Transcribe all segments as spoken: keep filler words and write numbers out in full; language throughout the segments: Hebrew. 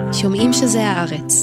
שומעים שזה הארץ.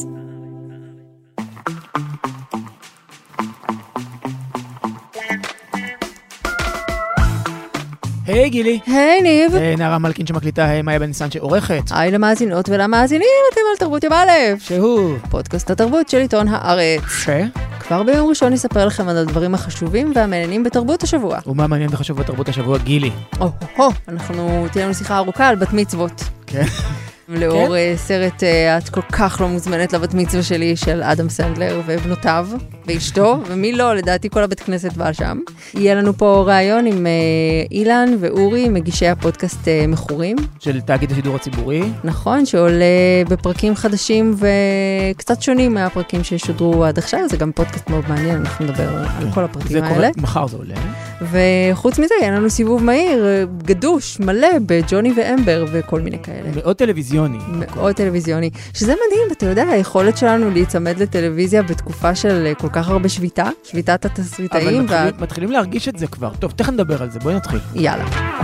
היי גילי. היי ניב. היי נערה מלכין שמקליטה, היי מאיה בן ניסן שעורכת. היי למאזינות ולמאזינים, אתם על תרבות יום א'. שהוא פודקאסט התרבות של עיתון הארץ. ש? כבר ביום ראשון נספר לכם על הדברים החשובים והמעניינים בתרבות השבוע. ומה מעניין וחשוב בתרבות השבוע, גילי? או, או, אנחנו תהיה לנו שיחה ארוכה על בת מצוות. כן. לאור סרט את כל כך לא מוזמנת לבת מצווה שלי של אדם סנדלר ובנותיו ואשתו, ומי לא, לדעתי כל הבית כנסת בא שם. יהיה לנו פה ראיון עם אילן ואורי, מגישי הפודקאסט מכורים. של תאגיד השידור הציבורי. נכון, שעולה בפרקים חדשים וקצת שונים מהפרקים ששודרו עד עכשיו, זה גם פודקאסט מאוד מעניין, אנחנו נדבר על כל הפרקים האלה. זה קורה, מחר זה עולה. וחוץ מזה, יהיה לנו סיבוב מהיר, גדוש, מלא, בג'וני ואמבר וכל מיני כאלה. מאוד טלוויזיוני. מאוד טלוויזיוני. שזה מדהים, אתה יודע, היכולת שלנו להיצמד לטלוויזיה בתקופה של כל כך הרבה שביתה, שביתת התסריטאים. אבל מתחילים, וה... מתחילים להרגיש את זה כבר. טוב, תכף נדבר על זה, בואי נתחיל. יאללה.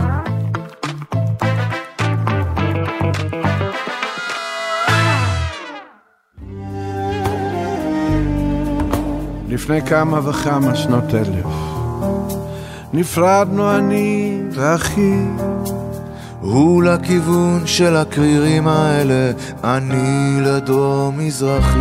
לפני כמה וכמה שנות אלף נפרדנו אני ואחי, הוא לכיוון של הקרירים האלה, אני לדרום מזרחי.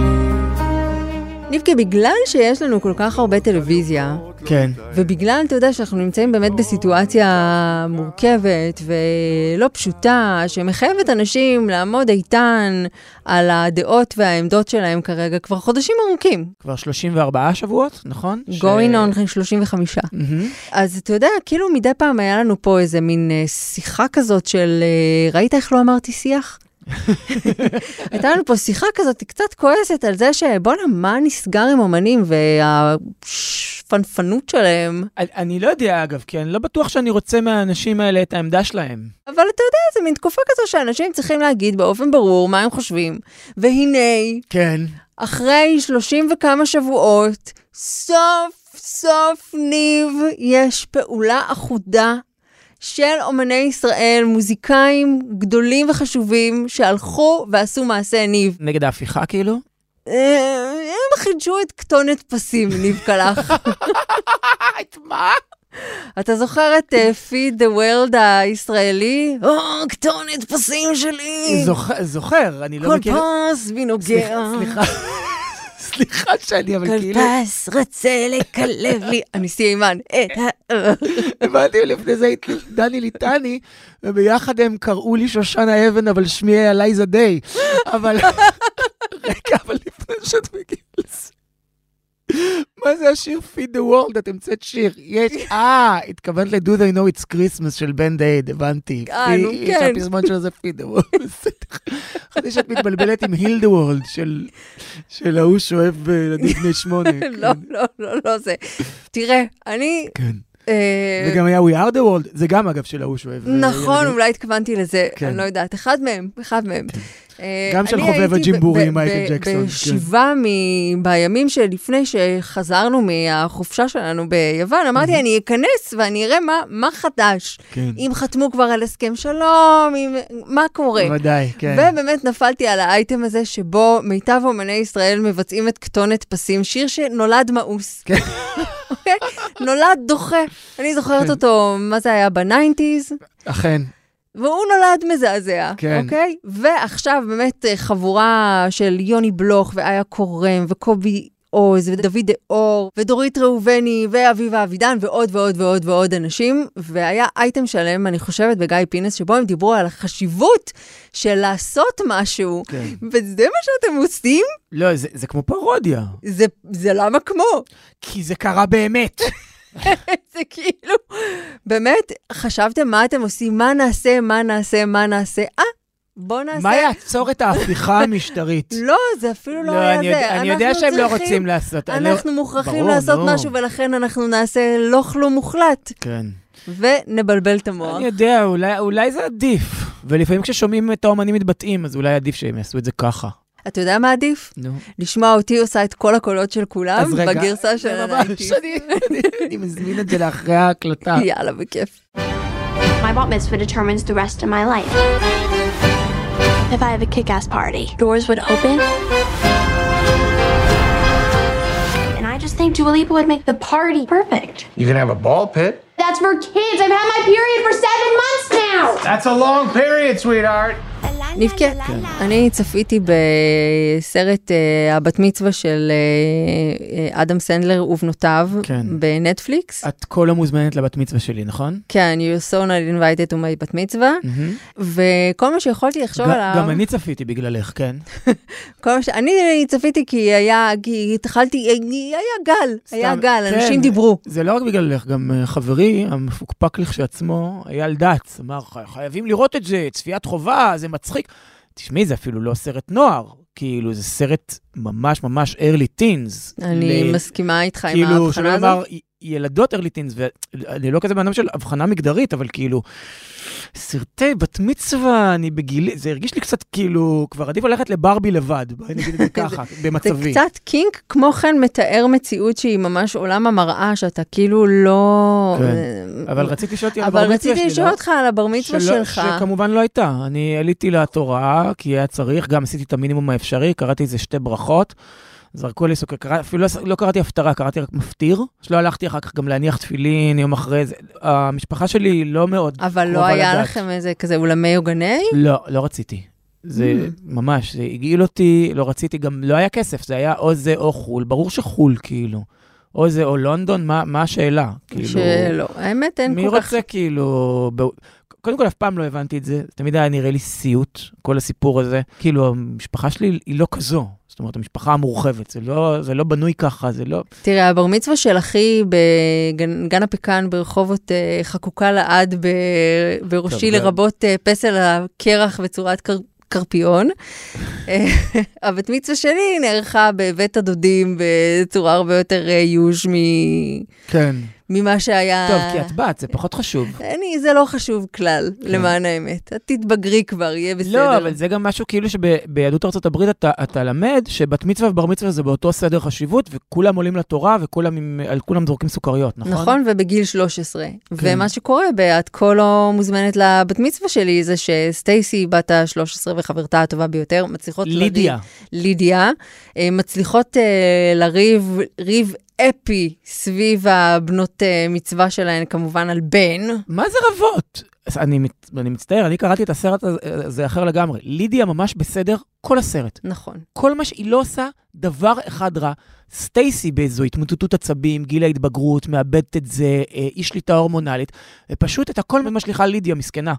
נבקה, בגלל שיש לנו כל כך הרבה טלוויזיה, כן. ובגלל, אתה יודע, שאנחנו נמצאים באמת בסיטואציה מורכבת ולא פשוטה, שמחייבת אנשים לעמוד איתן על הדעות והעמדות שלהם כרגע, כבר חודשים ארוכים. כבר שלושים וארבעה שבועות, נכון? going on שלושים וחמישה. אז אתה יודע, כאילו מדי פעם היה לנו פה איזה מין שיחה כזאת של, ראית איך לא אמרתי שיח? הייתה לנו פה שיחה כזאת, קצת כועסת על זה שבואנה, מה נסגר עם אומנים והפנפנות שלהם? אני לא יודע אגב, כי אני לא בטוח שאני רוצה מהאנשים האלה את העמדה שלהם. אבל אתה יודע, זה מין תקופה כזו שאנשים צריכים להגיד באופן ברור מה הם חושבים. והנה, כן. אחרי שלושים וכמה שבועות, סוף סוף ניב, יש פעולה אחודה של אומני ישראל, מוזיקאים גדולים וחשובים, שהלכו ועשו מעשה ניב. נגד ההפיכה כאילו? הם חידשו את כתונת פסים, ניב קלח. את מה? אתה זוכר את Feed the World הישראלי? או, כתונת פסים שלי. זוכר, אני לא מכיר. כל פס בנוגע. סליחה. סליחה שאני, אבל כאילו... כל פס רוצה לקלב לי. אני סיימן. הבנתי, לפני זה הייתי דני ליטני, וביחד הם קראו לי שושנה אבן, אבל שמי היה לייזה דיי. אבל... רגע, אבל לפני שאת מגיעה לזה. מה זה השיר Feed the World? את המצאת שיר. יש... אה, התכוונת ל-Do They Know It's Christmas של בנד אייד, הבנתי. אה, נו, כן. הפזמון של זה Feed the World. חשבתי שאת מתבלבלת עם Heal the World של ההוא שאוהב ילדים בני שמונה. לא, לא, לא, לא זה. תראה, אני... כן. וגם היה We Are the World, זה גם אגב של ההוא שאוהב. נכון, אולי התכוונתי לזה, אני לא יודעת, אחד מהם, אחד מהם. גם של חובב הג'ימבורי עם מייקל ג'קסון. בשבעה בימים שלפני שחזרנו מהחופשה שלנו ביוון, אמרתי, אני אכנס ואני אראה מה חדש. אם חתמו כבר על הסכם שלום, מה קורה. ודאי, כן. ובאמת נפלתי על האייטם הזה, שבו מיטב אומני ישראל מבצעים את כתונת פסים, שיר שנולד מאוס. כן. נולד דוחה. אני זוכרת אותו, מה זה היה, בניינטיז? אכן. והוא נולד מזעזע, כן. אוקיי? ועכשיו באמת חבורה של יוני בלוך ואיה קורם וקובי עוז ודוד אור ודורית ראובני ואביבה אבידן ועוד ועוד ועוד ועוד אנשים. והיה אייטם שלם, אני חושבת, בגיא פינס, שבו הם דיברו על החשיבות של לעשות משהו. כן. וזה מה שאתם עושים? לא, זה, זה כמו פרודיה. זה, זה למה כמו? כי זה קרה באמת. זה כאילו, באמת, חשבתם מה אתם עושים, מה נעשה, מה נעשה, מה נעשה, אה, בוא נעשה. מה יעצור את ההפיכה המשטרית? לא, זה אפילו לא היה זה. אני יודע שהם לא רוצים לעשות. אנחנו מוכרחים לעשות משהו, ולכן אנחנו נעשה לא כלום מוחלט. כן. ונבלבל את המוח. אני יודע, אולי זה עדיף. ולפעמים כששומעים את האומנים מתבטאים, אז אולי עדיף שהם יעשו את זה ככה. אתה יודע מה עדיף? נו. לשמוע אותי עושה את כל הקולות של כולם בגרסה של הניינטיז. אני מזמין את זה לאחרי ההקלטה. יאללה, בכיף. My bat mitzvah determines the rest of my life. if I have a kick-ass party. Doors would open. And I just think Dua Lipa would make the party perfect. You can have a ball pit. That's for kids. I've had my period for seven months now. That's a long period, sweetheart. נבכה, אני צפיתי בסרט הבת מצווה של אדם סנדלר ובנותיו בנטפליקס. את כל המוזמנת לבת מצווה שלי, נכון? כן, you're so not invited to my בת מצווה, וכל מה שיכולתי לחשוב עליו... גם אני צפיתי בגללך, כן. כל מה ש... אני צפיתי כי היה, כי התחלתי, היה גל, היה גל, אנשים דיברו. זה לא רק בגללך, גם חברי, המפוקפק לכשעצמו, היה על דץ, אמר, חייבים לראות את זה, צפיית חובה, זה מצחיק. תשמעי, זה אפילו לא סרט נוער, כאילו זה סרט ממש ממש early teens. אני ל... מסכימה איתך עם ההבחנה הזאת. כאילו, שלא אמר, ילדות early teens, ואני לא כזה בעולם של הבחנה מגדרית, אבל כאילו, סרטי בת מצווה, אני בגילי, זה הרגיש לי קצת כאילו, כבר עדיף ללכת לברבי לבד, בואי נגיד את זה ככה, במצבי. זה קצת קינק, כמו כן מתאר מציאות שהיא ממש עולם המראה, שאתה כאילו לא... אבל רציתי לשאול אותי על הבר מצווה שלי, אבל רציתי לשאול אותך על הבר מצווה שלך. שכמובן לא הייתה. אני עליתי לתורה, כי היה צריך, גם עשיתי את המינימום האפשרי, קראתי איזה שתי ברכות, זרקו לי סוכר, אפילו לא קראתי הפטרה, קראתי רק מפטיר, שלא הלכתי אחר כך גם להניח תפילין יום אחרי זה. המשפחה שלי לא מאוד קרובה לדעת. אבל לא היה לכם איזה כזה אולמי או גני? לא, לא רציתי. זה ממש, זה הגעיל אותי, לא רציתי, גם לא היה כסף, זה היה או זה או חול, ברור שחול כאילו, או זה או לונדון, מה השאלה? שלא, האמת אין כל כך... מי רוצה כאילו... קודם כל, אף פעם לא הבנתי את זה, תמיד היה נראה לי סיוט, כל הסיפור הזה. כאילו, המשפחה שלי היא לא כזו. זאת אומרת, המשפחה המורחבת, זה לא, זה לא בנוי ככה, זה לא... תראה, הבר מצווה של אחי בגן הפיקן ברחובות חקוקה לעד בראשי לרבות פסל הקרח בצורת קרפיון. הבת מצווה שלי נערכה בבית הדודים בצורה הרבה יותר יוש מ... כן. ממה שהיה... טוב, כי את בת, זה פחות חשוב. אני, זה לא חשוב כלל, למען האמת. את תתבגרי כבר, יהיה בסדר. לא, אבל זה גם משהו כאילו שביהדות ארצות הברית אתה, אתה למד, שבת מצווה ובר מצווה זה באותו סדר חשיבות, וכולם עולים לתורה, וכולם על כולם זורקים סוכריות, נכון? נכון, ובגיל שלוש עשרה. כן. ומה שקורה, את כל לא מוזמנת לבת מצווה שלי, זה שסטייסי, בת ה-שלוש עשרה וחברתה הטובה ביותר, מצליחות... לידיה. לריב, לידיה. מצליחות uh, לריב, ריב אפי סביב הבנות uh, מצווה שלהן, כמובן על בן. מה זה רבות? אני, אני מצטער, אני קראתי את הסרט הזה אחר לגמרי. לידיה ממש בסדר, כל הסרט. נכון. כל מה שהיא לא עושה, דבר אחד רע. סטייסי באיזו התמוטטות עצבים, גיל ההתבגרות, מאבדת את זה, אי שליטה הורמונלית, ופשוט את הכל משליחה לידיה, מסכנה.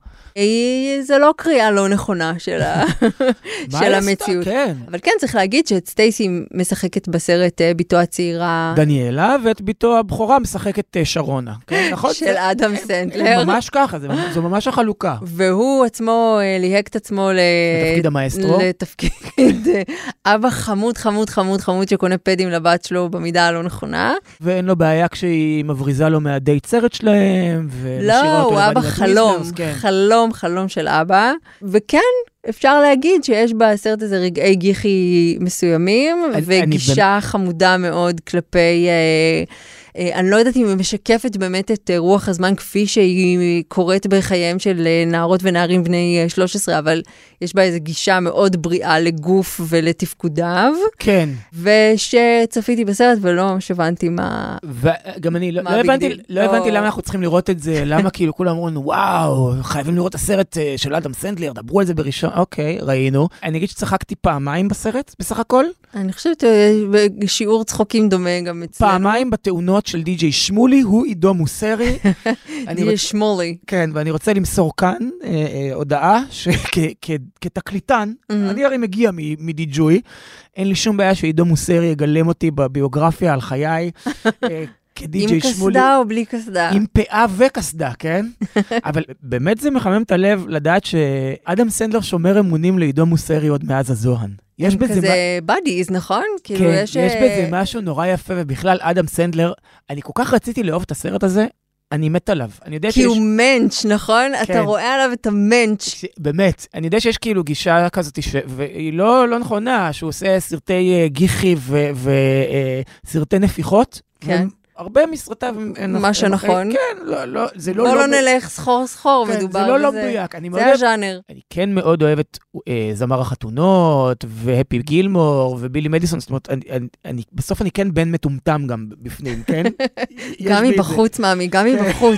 זה לא קריאה לא נכונה של, ה... של המציאות. כן. אבל כן, צריך להגיד שאת סטייסי משחקת בסרט ביתו הצעירה. דניאלה, ואת ביתו הבכורה משחקת שרונה. כן, נכון? של אדם סנדלר. ממש ככה, זה, זו ממש החלוקה. והוא עצמו, ליהק את עצמו ל... לתפקיד המאסטרו. לתפקיד אבא חמוד, חמוד, חמוד, חמוד, שקונה פדים לבת שלו במידה הלא נכונה. ואין לו בעיה כשהיא מבריזה לו מהדייט סרט שלהם, לא, הוא אבא חלום, כן. חלום, חלום של אבא. וכן, אפשר להגיד שיש בסרט הזה רגעי גיחי מסוימים, וגישה חמודה מאוד כלפי... אני לא יודעת אם היא משקפת באמת את רוח הזמן כפי שהיא קורית בחייהם של נערות ונערים בני שלוש עשרה, אבל יש בה איזו גישה מאוד בריאה לגוף ולתפקודיו. כן. ושצפיתי בסרט ולא הבנתי מה... וגם אני לא, לא, הבנתי, לא הבנתי למה אנחנו צריכים לראות את זה, למה כאילו כולם אמרו לנו, וואו, חייבים לראות את הסרט של אדם סנדלר, דברו על זה בראשון, אוקיי, ראינו. אני אגיד שצחקתי פעמיים בסרט, בסך הכל. אני חושבת שיעור צחוקים דומה גם אצלנו. פעמיים בתאונות של די-ג'יי שמולי, הוא עידו מוסרי. די-ג'יי שמולי. כן, ואני רוצה למסור כאן אה, אה, הודעה שכתקליטן, אני הרי מגיע מדי-ג'וי, אין לי שום בעיה שעידו מוסרי יגלם אותי בביוגרפיה על חיי, אה, עם קסדה או בלי קסדה? עם פאה וקסדה, כן? אבל באמת זה מחמם את הלב לדעת שאדם סנדלר שומר אמונים לעידו מוסרי עוד מאז הזוהן. יש בזה כזה בדיז, נכון? כן, יש בזה משהו נורא יפה, ובכלל אדם סנדלר, אני כל כך רציתי לאהוב את הסרט הזה, אני מת עליו. כי הוא מנץ', נכון? אתה רואה עליו את המנץ'. באמת, אני יודע שיש כאילו גישה כזאת, והיא לא נכונה, שהוא עושה סרטי גיחי וסרטי נפיחות. כן. הרבה מסרטיו... מה שנכון. כן, לא, לא, זה לא... בוא לא נלך סחור סחור, מדובר בזה. זה לא לא מדויק. זה הז'אנר. אני כן מאוד אוהב את זמר החתונות, והפי גילמור, ובילי מדיסון, זאת אומרת, בסוף אני כן בן מטומטם גם בפנים, כן? גם מבחוץ, מאמי, גם מבחוץ.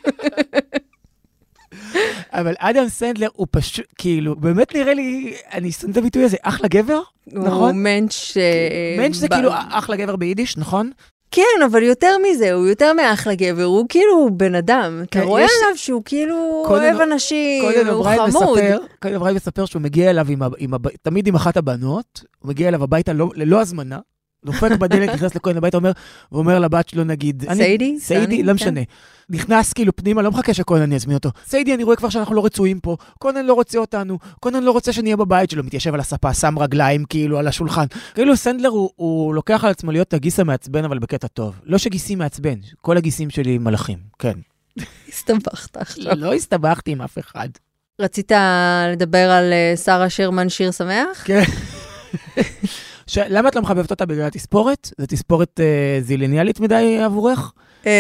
אבל אדם סנדלר הוא פשוט, כאילו, באמת נראה לי, אני שונא את הביטוי הזה, אחלה גבר, נכון? הוא מנץ' מנץ' זה כאילו אחלה גבר ביידיש, נכון? כן, אבל יותר מזה, הוא יותר מאחלה גבר, הוא כאילו בן אדם. אתה רואה עליו שהוא כאילו אוהב אנשים, הוא חמוד. קודם בריין מספר שהוא מגיע אליו תמיד עם אחת הבנות, הוא מגיע אליו הביתה ללא הזמנה, דופק בדלת, נכנס לכהן הביתה, אומר, ואומר לבת שלו נגיד, סיידי? סיידי, לא משנה. נכנס כאילו פנימה, לא מחכה שקונן אני אזמין אותו. סיידי, אני רואה כבר שאנחנו לא רצויים פה. קונן לא רוצה אותנו. קונן לא רוצה שנהיה בבית שלו. מתיישב על הספה, שם רגליים כאילו על השולחן. כאילו סנדלר הוא, הוא לוקח על עצמו להיות הגיס המעצבן, אבל בקטע טוב. לא שגיסי מעצבן. כל הגיסים שלי מלאכים. כן. הסתבכת עכשיו. לא הסתבכתי עם אף אחד. רצית לדבר על שרה שרמן שיר שמח? כן. ש... למה את לא מחבבת אותה בגלל התספורת? זו תספורת אה, זילניאלית מדי עבורך?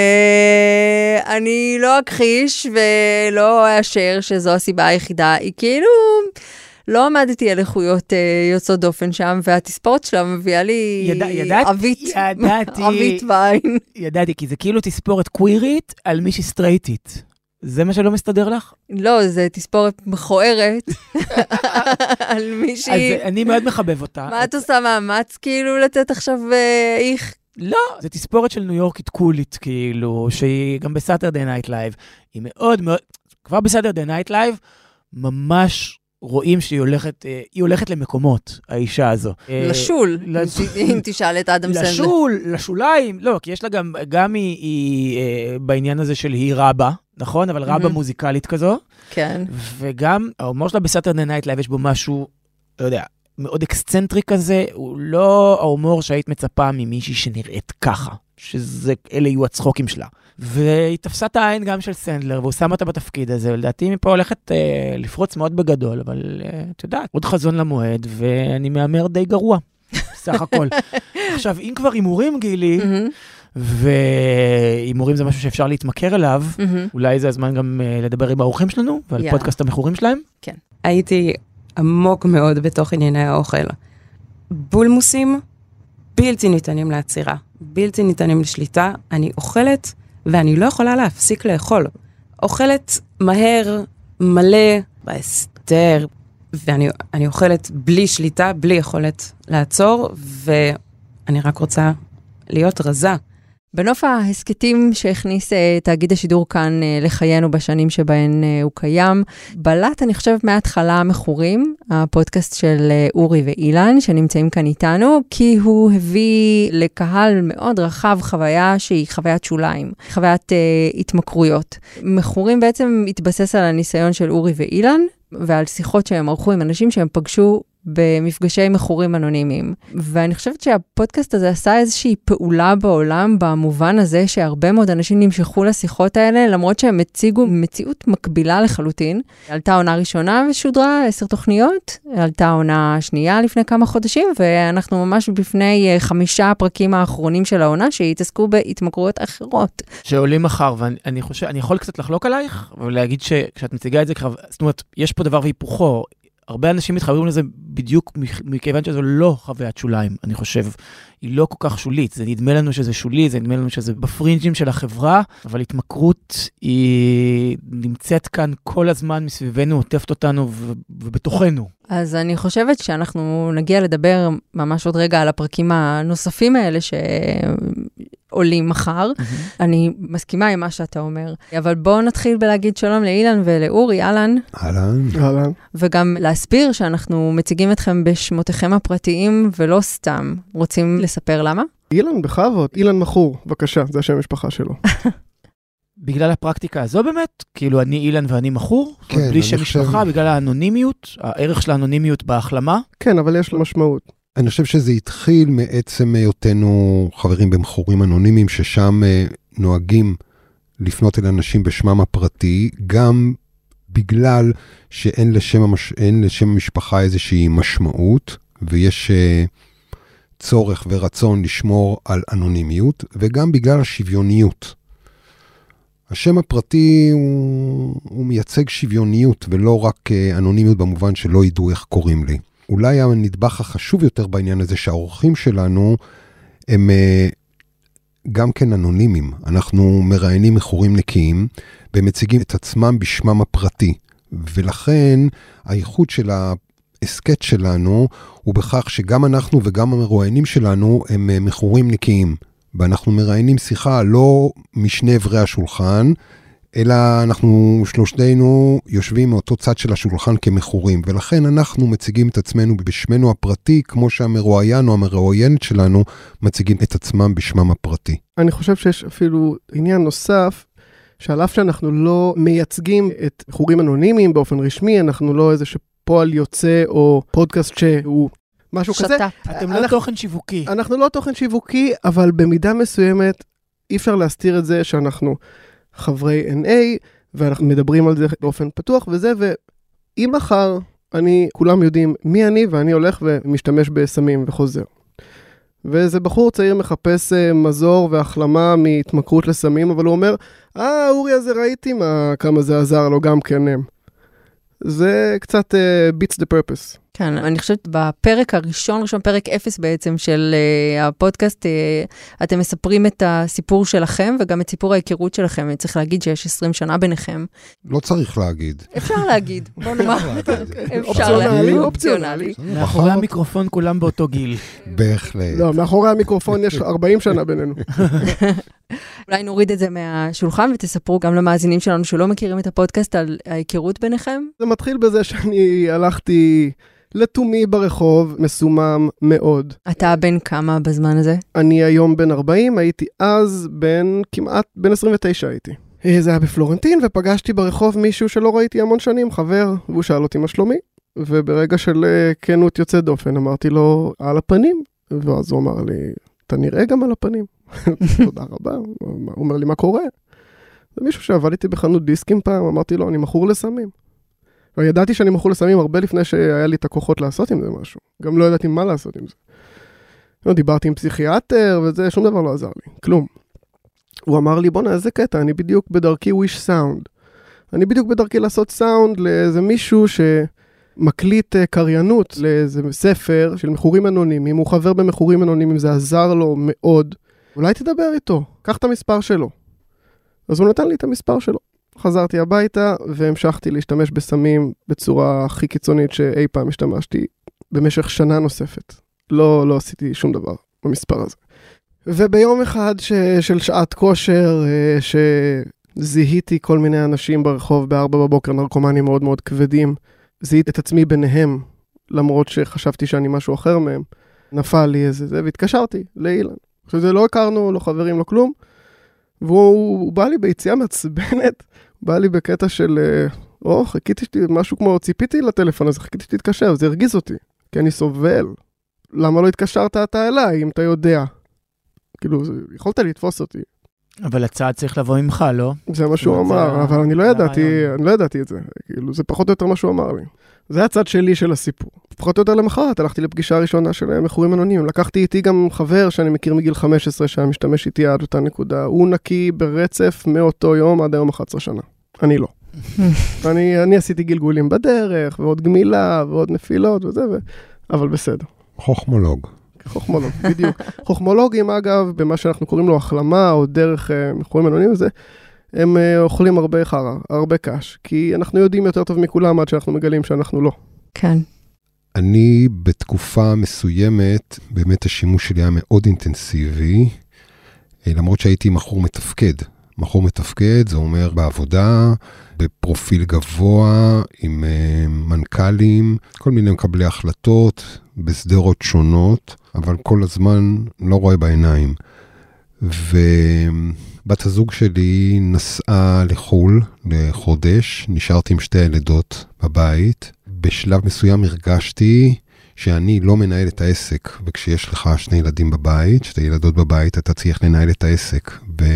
אה, אני לא אכחיש ולא אאשר שזו הסיבה היחידה. היא כאילו, לא עמדתי על איכויות אה, יוצאות דופן שם, והתספורת שלה מביאה לי יד... ידעת, עבית, ידעתי, עבית בעין. ידעתי, כי זה כאילו תספורת קווירית על מישהי סטרייטית. זה מה שלא מסתדר לך? לא, זה תספורת מכוערת על מישהי... אז אני מאוד מחבב אותה. מה את עושה מאמץ כאילו לתת עכשיו איך? לא, זה תספורת של ניו יורקית קולית, כאילו, שהיא גם בסאטרדי נייט לייב. היא מאוד מאוד, כבר בסאטרדי נייט לייב, ממש רואים שהיא הולכת, היא הולכת למקומות, האישה הזו. לשול, אם תשאל את אדם סנדלר. לשול, לשוליים, לא, כי יש לה גם, גם היא בעניין הזה של היא רבה, נכון? אבל רבה מוזיקלית כזו. כן. וגם, ההומור שלה בסאטרדי נייט לייב, יש בו משהו, לא יודע, מאוד אקסצנטרי כזה, הוא לא ההומור שהיית מצפה ממישהי שנראית ככה, שזה, אלה יהיו הצחוקים שלה. והיא תפסה את העין גם של סנדלר, והוא שם אותה בתפקיד הזה, ולדעתי מפה הולכת אה, לפרוץ מאוד בגדול, אבל אה, אתה יודע, עוד חזון למועד, ואני מאמר די גרוע, סך הכל. עכשיו, אם כבר אימורים גילי, ואימורים זה משהו שאפשר להתמכר אליו, אולי זה הזמן גם אה, לדבר עם האורחים שלנו, ועל yeah. פודקאסט המכורים שלהם. כן. הייתי עמוק מאוד בתוך ענייני האוכל. בולמוסים בלתי ניתנים לעצירה, בלתי ניתנים לשליטה. אני אוכלת ואני לא יכולה להפסיק לאכול. אוכלת מהר, מלא, בהסתר, ואני אני אוכלת בלי שליטה, בלי יכולת לעצור, ואני רק רוצה להיות רזה. בנוף ההסקטים שהכניס תאגיד השידור כאן לחיינו בשנים שבהן הוא קיים, בלט אני חושבת מההתחלה מכורים, הפודקאסט של אורי ואילן שנמצאים כאן איתנו, כי הוא הביא לקהל מאוד רחב חוויה שהיא חוויית שוליים, חוויית אה, התמכרויות. מכורים בעצם התבסס על הניסיון של אורי ואילן, ועל שיחות שהם ערכו עם אנשים שהם פגשו במפגשי מכורים אנונימיים. ואני חושבת שהפודקאסט הזה עשה איזושהי פעולה בעולם, במובן הזה שהרבה מאוד אנשים נמשכו לשיחות האלה, למרות שהם הציגו מציאות מקבילה לחלוטין. עלתה עונה ראשונה ושודרה עשר תוכניות, עלתה עונה שנייה לפני כמה חודשים, ואנחנו ממש בפני חמישה הפרקים האחרונים של העונה, שהתעסקו בהתמכרויות אחרות. שעולים מחר, ואני חושב, אני יכול קצת לחלוק עלייך, ולהגיד שכשאת מציגה את זה, זאת אומרת, יש פה דבר והיפוכו, הרבה אנשים מתחברים לזה בדיוק מכיוון שזו לא חוויית שוליים, אני חושב. היא לא כל כך שולית, זה נדמה לנו שזה שולי, זה נדמה לנו שזה בפרינג'ים של החברה, אבל התמכרות היא נמצאת כאן כל הזמן מסביבנו, עוטפת אותנו ובתוכנו. אז אני חושבת שאנחנו נגיע לדבר ממש עוד רגע על הפרקים הנוספים האלה שעולים מחר. אני מסכימה עם מה שאתה אומר, אבל בואו נתחיל בלהגיד שלום לאילן ולאורי. אהלן. אהלן. אהלן. וגם להסביר שאנחנו מציגים אתכם בשמותיכם הפרטיים ולא סתם. רוצים לספר למה? אילן בכבוד, אילן מחור, בבקשה, זה השם המשפחה שלו. בגלל הפרקטיקה הזו באמת, כאילו אני אילן ואני מחור, כן, בלי שם משפחה, בגלל האנונימיות, הערך של האנונימיות בהחלמה. כן, אבל יש לו משמעות. אני חושב שזה התחיל מעצם היותנו חברים במכורים אנונימיים, ששם נוהגים לפנות אל אנשים בשמם הפרטי, גם בגלל שאין לשם, המש... אין לשם המשפחה איזושהי משמעות, ויש צורך ורצון לשמור על אנונימיות, וגם בגלל השוויוניות. השם הפרטי הוא, הוא מייצג שוויוניות, ולא רק אנונימיות במובן שלא ידעו איך קוראים לי. אולי הנדבך החשוב יותר בעניין הזה, שהאורחים שלנו הם גם כן אנונימיים. אנחנו מראיינים מכורים נקיים, והם מציגים את עצמם בשמם הפרטי. ולכן הייחוד של ההסקט שלנו הוא בכך שגם אנחנו וגם המרואיינים שלנו הם מכורים נקיים. ואנחנו מראיינים שיחה לא משני עברי השולחן, אלא אנחנו שלושתנו יושבים מאותו צד של השולחן כמכורים, ולכן אנחנו מציגים את עצמנו בשמנו הפרטי, כמו שהמרואיין או המרואיינת שלנו מציגים את עצמם בשמם הפרטי. אני חושב שיש אפילו עניין נוסף, שעל אף שאנחנו לא מייצגים את מכורים אנונימיים באופן רשמי, אנחנו לא איזה פועל יוצא או פודקאסט שהוא משהו כזה. אתם לא תוכן שיווקי. אנחנו לא תוכן שיווקי, אבל במידה מסוימת אי אפשר להסתיר את זה שאנחנו חברי אן איי, ואנחנו מדברים על זה באופן פתוח וזה, ואם מחר אני, כולם יודעים מי אני, ואני הולך ומשתמש בסמים וחוזר. ואיזה בחור צעיר מחפש מזור והחלמה מהתמכרות לסמים, אבל הוא אומר, אה, אורי הזה ראיתי מה, כמה זה עזר לו גם כן. זה קצת uh, beats the purpose. כן, אני חושבת בפרק הראשון, ראשון פרק אפס בעצם של uh, הפודקאסט, uh, אתם מספרים את הסיפור שלכם, וגם את סיפור ההיכרות שלכם. צריך להגיד שיש עשרים שנה ביניכם. לא צריך להגיד. אפשר להגיד. בוא נאמר. אופציונלי, אופציונלי. מאחורי המיקרופון כולם באותו גיל. בהחלט. לא, מאחורי המיקרופון יש ארבעים שנה בינינו. אולי נוריד את זה מהשולחן ותספרו גם למאזינים שלנו שלא מכירים את הפודקאסט על ההיכרות ביניכם. זה מתחיל בזה שאני הלכתי לתומי ברחוב, מסומם מאוד. אתה בן כמה בזמן הזה? אני היום בן ארבעים, הייתי אז בן כמעט, בן עשרים ותשע הייתי. זה היה בפלורנטין, ופגשתי ברחוב מישהו שלא ראיתי המון שנים, חבר, והוא שאל אותי מה שלומי, וברגע של כנות יוצא דופן, אמרתי לו, על הפנים, ואז הוא אמר לי, אתה נראה גם על הפנים. תודה רבה. הוא אומר לי, מה קורה? זה מישהו שעבד איתי בחנות דיסקים פעם, אמרתי לו, אני מכור לסמים. וידעתי שאני מכור לסמים הרבה לפני שהיה לי את הכוחות לעשות עם זה משהו. גם לא ידעתי מה לעשות עם זה. לא, דיברתי עם פסיכיאטר וזה, שום דבר לא עזר לי, כלום. הוא אמר לי, בוא נע, איזה קטע, אני בדיוק בדרכי wish sound. אני בדיוק בדרכי לעשות סאונד לאיזה מישהו שמקליט קריינות לאיזה ספר של מכורים אנונימיים, הוא חבר במכורים אנונימיים, זה עזר לו מאוד. אולי תדבר איתו, קח את המספר שלו. אז הוא נתן לי את המספר שלו. חזרתי הביתה והמשכתי להשתמש בסמים בצורה הכי קיצונית שאי פעם השתמשתי במשך שנה נוספת. לא, לא עשיתי שום דבר במספר הזה. וביום אחד ש, של שעת כושר, שזיהיתי כל מיני אנשים ברחוב בארבע בבוקר, נרקומנים מאוד מאוד כבדים, זיהיתי את עצמי ביניהם, למרות שחשבתי שאני משהו אחר מהם, נפל לי איזה זה, והתקשרתי לאילן. שזה לא הכרנו, לא חברים, לא כלום, והוא בא לי ביציאה מעצבנת, בא לי בקטע של, או, חיכיתי שתי, משהו כמו, ציפיתי לטלפון הזה, חיכיתי שתתקשר, זה הרגיז אותי, כי אני סובל. למה לא התקשרת אתה אליי, אם אתה יודע? כאילו, יכולת לתפוס אותי. אבל הצעד צריך לבוא ממך, לא? זה מה שהוא אמר, אבל אני לא ידעתי, אני לא ידעתי את זה. כאילו, זה פחות או יותר מה שהוא אמר לי. זה הצד שלי של הסיפור. פחות או יותר למחרת, הלכתי לפגישה הראשונה של מכורים אנונימיים. לקחתי איתי גם חבר שאני מכיר מגיל חמש עשרה, שהיה משתמש איתי עד אותה נקודה. הוא נקי ברצף מאותו יום עד היום אחת עשרה שנה. אני לא. אני, אני עשיתי גלגולים בדרך, ועוד גמילה, ועוד נפילות וזה, ו... אבל בסדר. חוכמולוג. חוכמולוג, בדיוק. חוכמולוגים, אגב, במה שאנחנו קוראים לו החלמה, או דרך uh, מכורים אנונימיים, זה, הם uh, אוכלים הרבה חרה, הרבה קש, כי אנחנו יודעים יותר טוב מכולם עד שאנחנו מגלים שאנחנו לא. כן. אני בתקופה מסוימת, באמת השימוש שלי היה מאוד אינטנסיבי, למרות שהייתי מכור מתפקד. מכור מתפקד, זה אומר בעבודה, בפרופיל גבוה, עם uh, מנכ"לים, כל מיני מקבלי החלטות, בסדרות שונות, אבל כל הזמן לא רואה בעיניים. ובת הזוג שלי נסעה לחול לחודש, נשארתי עם שתי ילדות בבית. בשלב מסוים הרגשתי שאני לא מנהל את העסק, וכשיש לך שני ילדים בבית, שתי ילדות בבית, אתה צריך לנהל את העסק.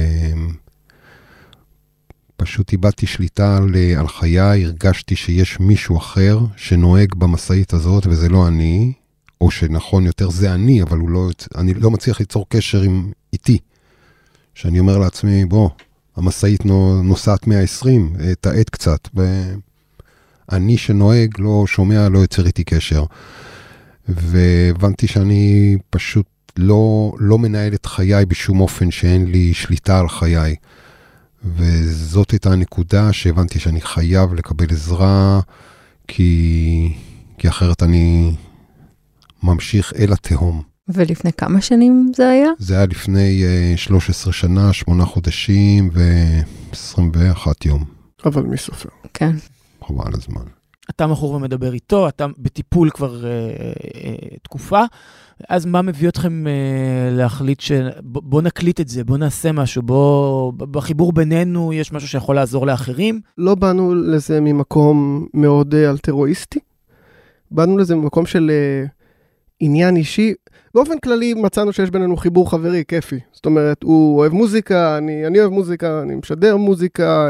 ופשוט איבדתי שליטה על, על חיי, הרגשתי שיש מישהו אחר שנוהג במשאית הזאת, וזה לא אני. או שנכון יותר זה אני, אבל הוא לא, אני לא מצליח ליצור קשר עם איתי. שאני אומר לעצמי, בוא, המסעית נוסעת מאה ועשרים, תעט קצת, ואני שנוהג לא שומע, לא יוצר איתי קשר. והבנתי שאני פשוט לא, לא מנהל את חיי בשום אופן שאין לי שליטה על חיי. וזאת הייתה הנקודה שהבנתי שאני חייב לקבל עזרה, כי, כי אחרת אני ממשיך אל התהום. ולפני כמה שנים זה היה? זה היה לפני uh, שלוש עשרה שנה, שמונה חודשים ו-עשרים ואחד יום. אבל מי סופר? כן. חבל הזמן. אתה מכור ומדבר איתו, אתה בטיפול כבר uh, uh, תקופה, אז מה מביא אתכם uh, להחליט שבוא נקליט את זה, בוא נעשה משהו, בוא, בחיבור בינינו יש משהו שיכול לעזור לאחרים? לא באנו לזה ממקום מאוד אלטרואיסטי, באנו לזה ממקום של uh, עניין אישי, באופן כללי מצאנו שיש בינינו חיבור חברי, כיפי. זאת אומרת, הוא אוהב מוזיקה, אני, אני אוהב מוזיקה, אני משדר מוזיקה,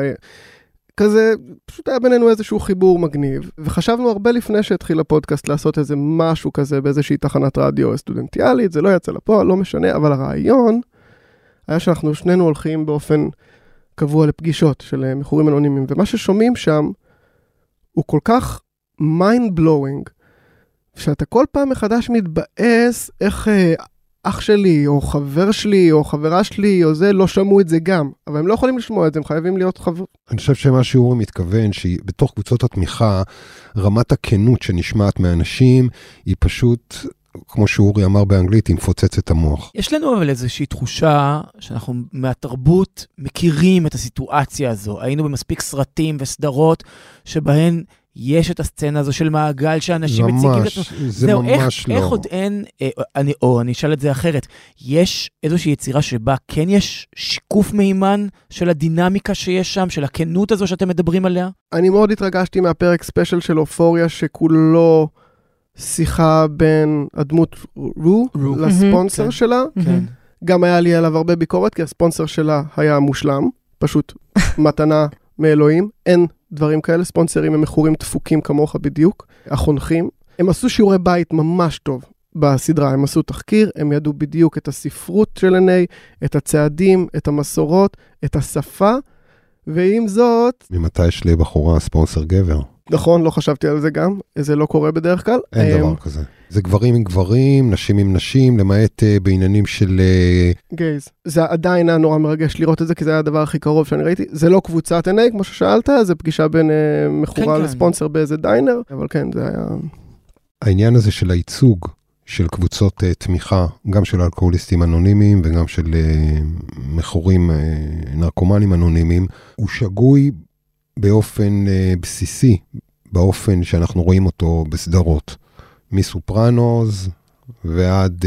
כזה, פשוט היה בינינו איזשהו חיבור מגניב. וחשבנו הרבה לפני שהתחיל הפודקאסט לעשות איזה משהו כזה באיזושהי תחנת רדיו סטודנטיאלית, זה לא יצא לפועל, לא משנה, אבל הרעיון היה שאנחנו שנינו הולכים באופן קבוע לפגישות של מכורים אנונימיים, ומה ששומעים שם הוא כל כך mind blowing, שאתה כל פעם מחדש מתבאס איך אה, אח שלי, או חבר שלי, או חברה שלי, או זה, לא שמעו את זה גם. אבל הם לא יכולים לשמוע את זה, הם חייבים להיות חבר... אני חושב שמה שאורי מתכוון, שבתוך קבוצות התמיכה, רמת הכנות שנשמעת מאנשים, היא פשוט, כמו שאורי אמר באנגלית, היא מפוצצת את המוח. יש לנו אבל איזושהי תחושה שאנחנו מהתרבות מכירים את הסיטואציה הזו. היינו במספיק סרטים וסדרות שבהן יש את הסצנה הזו של מעגל שאנשים מציגים את עצמם. ממש, זה זהו, ממש איך, לא. איך עוד אין, אה, אני, או אני אשאל את זה אחרת, יש איזושהי יצירה שבה כן יש שיקוף מימן של הדינמיקה שיש שם, של הכנות הזו שאתם מדברים עליה? אני מאוד התרגשתי מהפרק ספיישל של אופוריה, שכולו שיחה בין הדמות רו, רו. לספונסר כן. שלה. כן. גם היה לי עליו הרבה ביקורת, כי הספונסר שלה היה מושלם, פשוט מתנה מאלוהים, אין דברים כאלה, ספונסרים הם מכורים דפוקים כמוך בדיוק, החונכים. הם עשו שיעורי בית ממש טוב בסדרה, הם עשו תחקיר, הם ידעו בדיוק את הספרות של אן איי, את הצעדים, את המסורות, את השפה, ועם זאת... ממתי יש לי בחורה ספונסר גבר? נכון, לא חשבתי על זה גם, זה לא קורה בדרך כלל. אין דבר כזה. זה גברים עם גברים, נשים עם נשים, למעט uh, בעניינים של... Uh... גייז. זה עדיין היה נורא מרגש לראות את זה, כי זה היה הדבר הכי קרוב שאני ראיתי. זה לא קבוצת אן איי, כמו ששאלת, זה פגישה בין uh, מכורה כן, לספונסר כן. באיזה דיינר, אבל כן, זה היה... העניין הזה של הייצוג של קבוצות uh, תמיכה, גם של אלכוהוליסטים אנונימיים, וגם של uh, מכורים uh, נרקומנים אנונימיים, הוא שגוי באופן uh, בסיסי, באופן שאנחנו רואים אותו בסדרות. מסופרנוז ועד,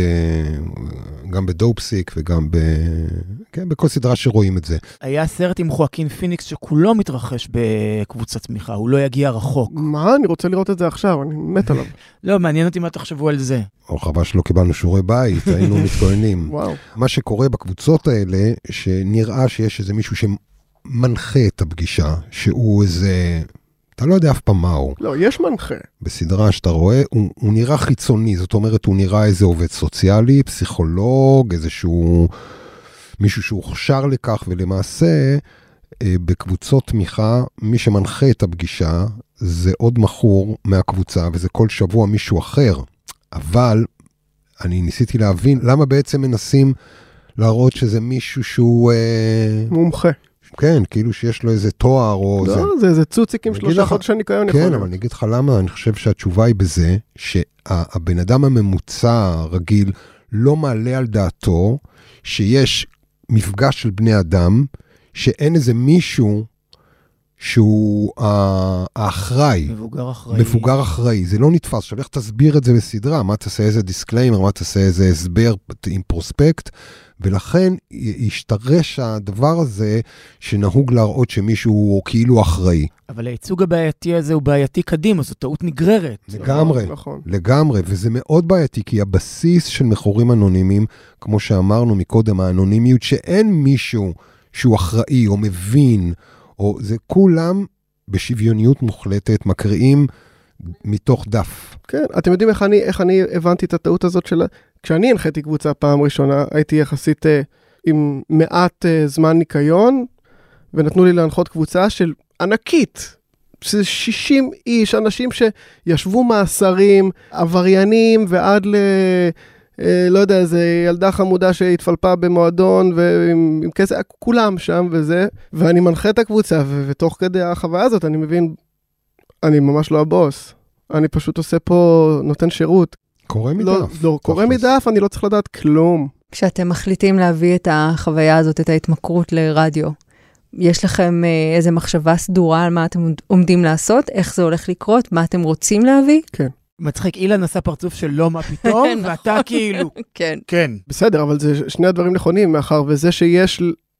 גם בדופסיק וגם ב... כן, בכל סדרה שרואים את זה. היה סרט עם חואקין פיניקס שכולו מתרחש בקבוצת תמיכה, הוא לא יגיע רחוק. מה? אני רוצה לראות את זה עכשיו, אני מת עליו. לא, מעניין אותי מה תחשבו על זה. או חבל שלא קיבלנו שיעורי בית, היינו מתכוננים. וואו. מה שקורה בקבוצות האלה, שנראה שיש איזה מישהו שמנחה את הפגישה, שהוא איזה... אתה לא יודע אף פעם מה הוא. לא, יש מנחה. בסדרה שאתה רואה, הוא, הוא נראה חיצוני, זאת אומרת, הוא נראה איזה עובד סוציאלי, פסיכולוג, איזשהו מישהו שהוכשר לכך, ולמעשה, בקבוצות תמיכה, מי שמנחה את הפגישה, זה עוד מכור מהקבוצה, וזה כל שבוע מישהו אחר. אבל, אני ניסיתי להבין, למה בעצם מנסים להראות שזה מישהו שהוא... מומחה. כן, כאילו שיש לו איזה תואר או... לא, זה איזה צוציק עם שלושה חודשי ניקיון יכול להיות. כן, אבל אני אגיד לך למה, אני חושב שהתשובה היא בזה, שהבן אדם הממוצע הרגיל לא מעלה על דעתו, שיש מפגש של בני אדם, שאין איזה מישהו שהוא האחראי. מבוגר אחראי. מבוגר אחראי, זה לא נתפס. עכשיו איך תסביר את זה בסדרה, מה תעשה איזה דיסקליימר, מה תעשה איזה הסבר עם פרוספקט, ולכן ישתרש הדבר הזה שנהוג להראות שמישהו הוא כאילו אחראי. אבל הייצוג הבעייתי הזה הוא בעייתי קדימה, זו טעות נגררת. לגמרי, נכון. לגמרי, וזה מאוד בעייתי, כי הבסיס של מכורים אנונימיים, כמו שאמרנו מקודם, האנונימיות, שאין מישהו שהוא אחראי או מבין, או זה כולם בשוויוניות מוחלטת, מקריאים מתוך דף. כן, אתם יודעים איך אני, איך אני הבנתי את הטעות הזאת של... כשאני הנחיתי קבוצה פעם ראשונה, הייתי יחסית אה, עם מעט אה, זמן ניקיון, ונתנו לי להנחות קבוצה של ענקית. זה שישים איש, אנשים שישבו מאסרים, עבריינים, ועד ל... אה, לא יודע, איזה ילדה חמודה שהתפלפה במועדון, ועם עם כסף, כולם שם וזה, ואני מנחה את הקבוצה, ו- ותוך כדי החוויה הזאת אני מבין, אני ממש לא הבוס. אני פשוט עושה פה, נותן שירות. קורא מדף. לא, לא קורא מדף, אני לא צריך לדעת כלום. כשאתם מחליטים להביא את החוויה הזאת, את ההתמכרות לרדיו, יש לכם איזה מחשבה סדורה על מה אתם עומדים לעשות, איך זה הולך לקרות, מה אתם רוצים להביא? כן. מצחיק, אילן עשה פרצוף של לא מה פתאום, ואתה כאילו... כן. כן. בסדר, אבל זה שני הדברים נכונים, מאחר וזה שיש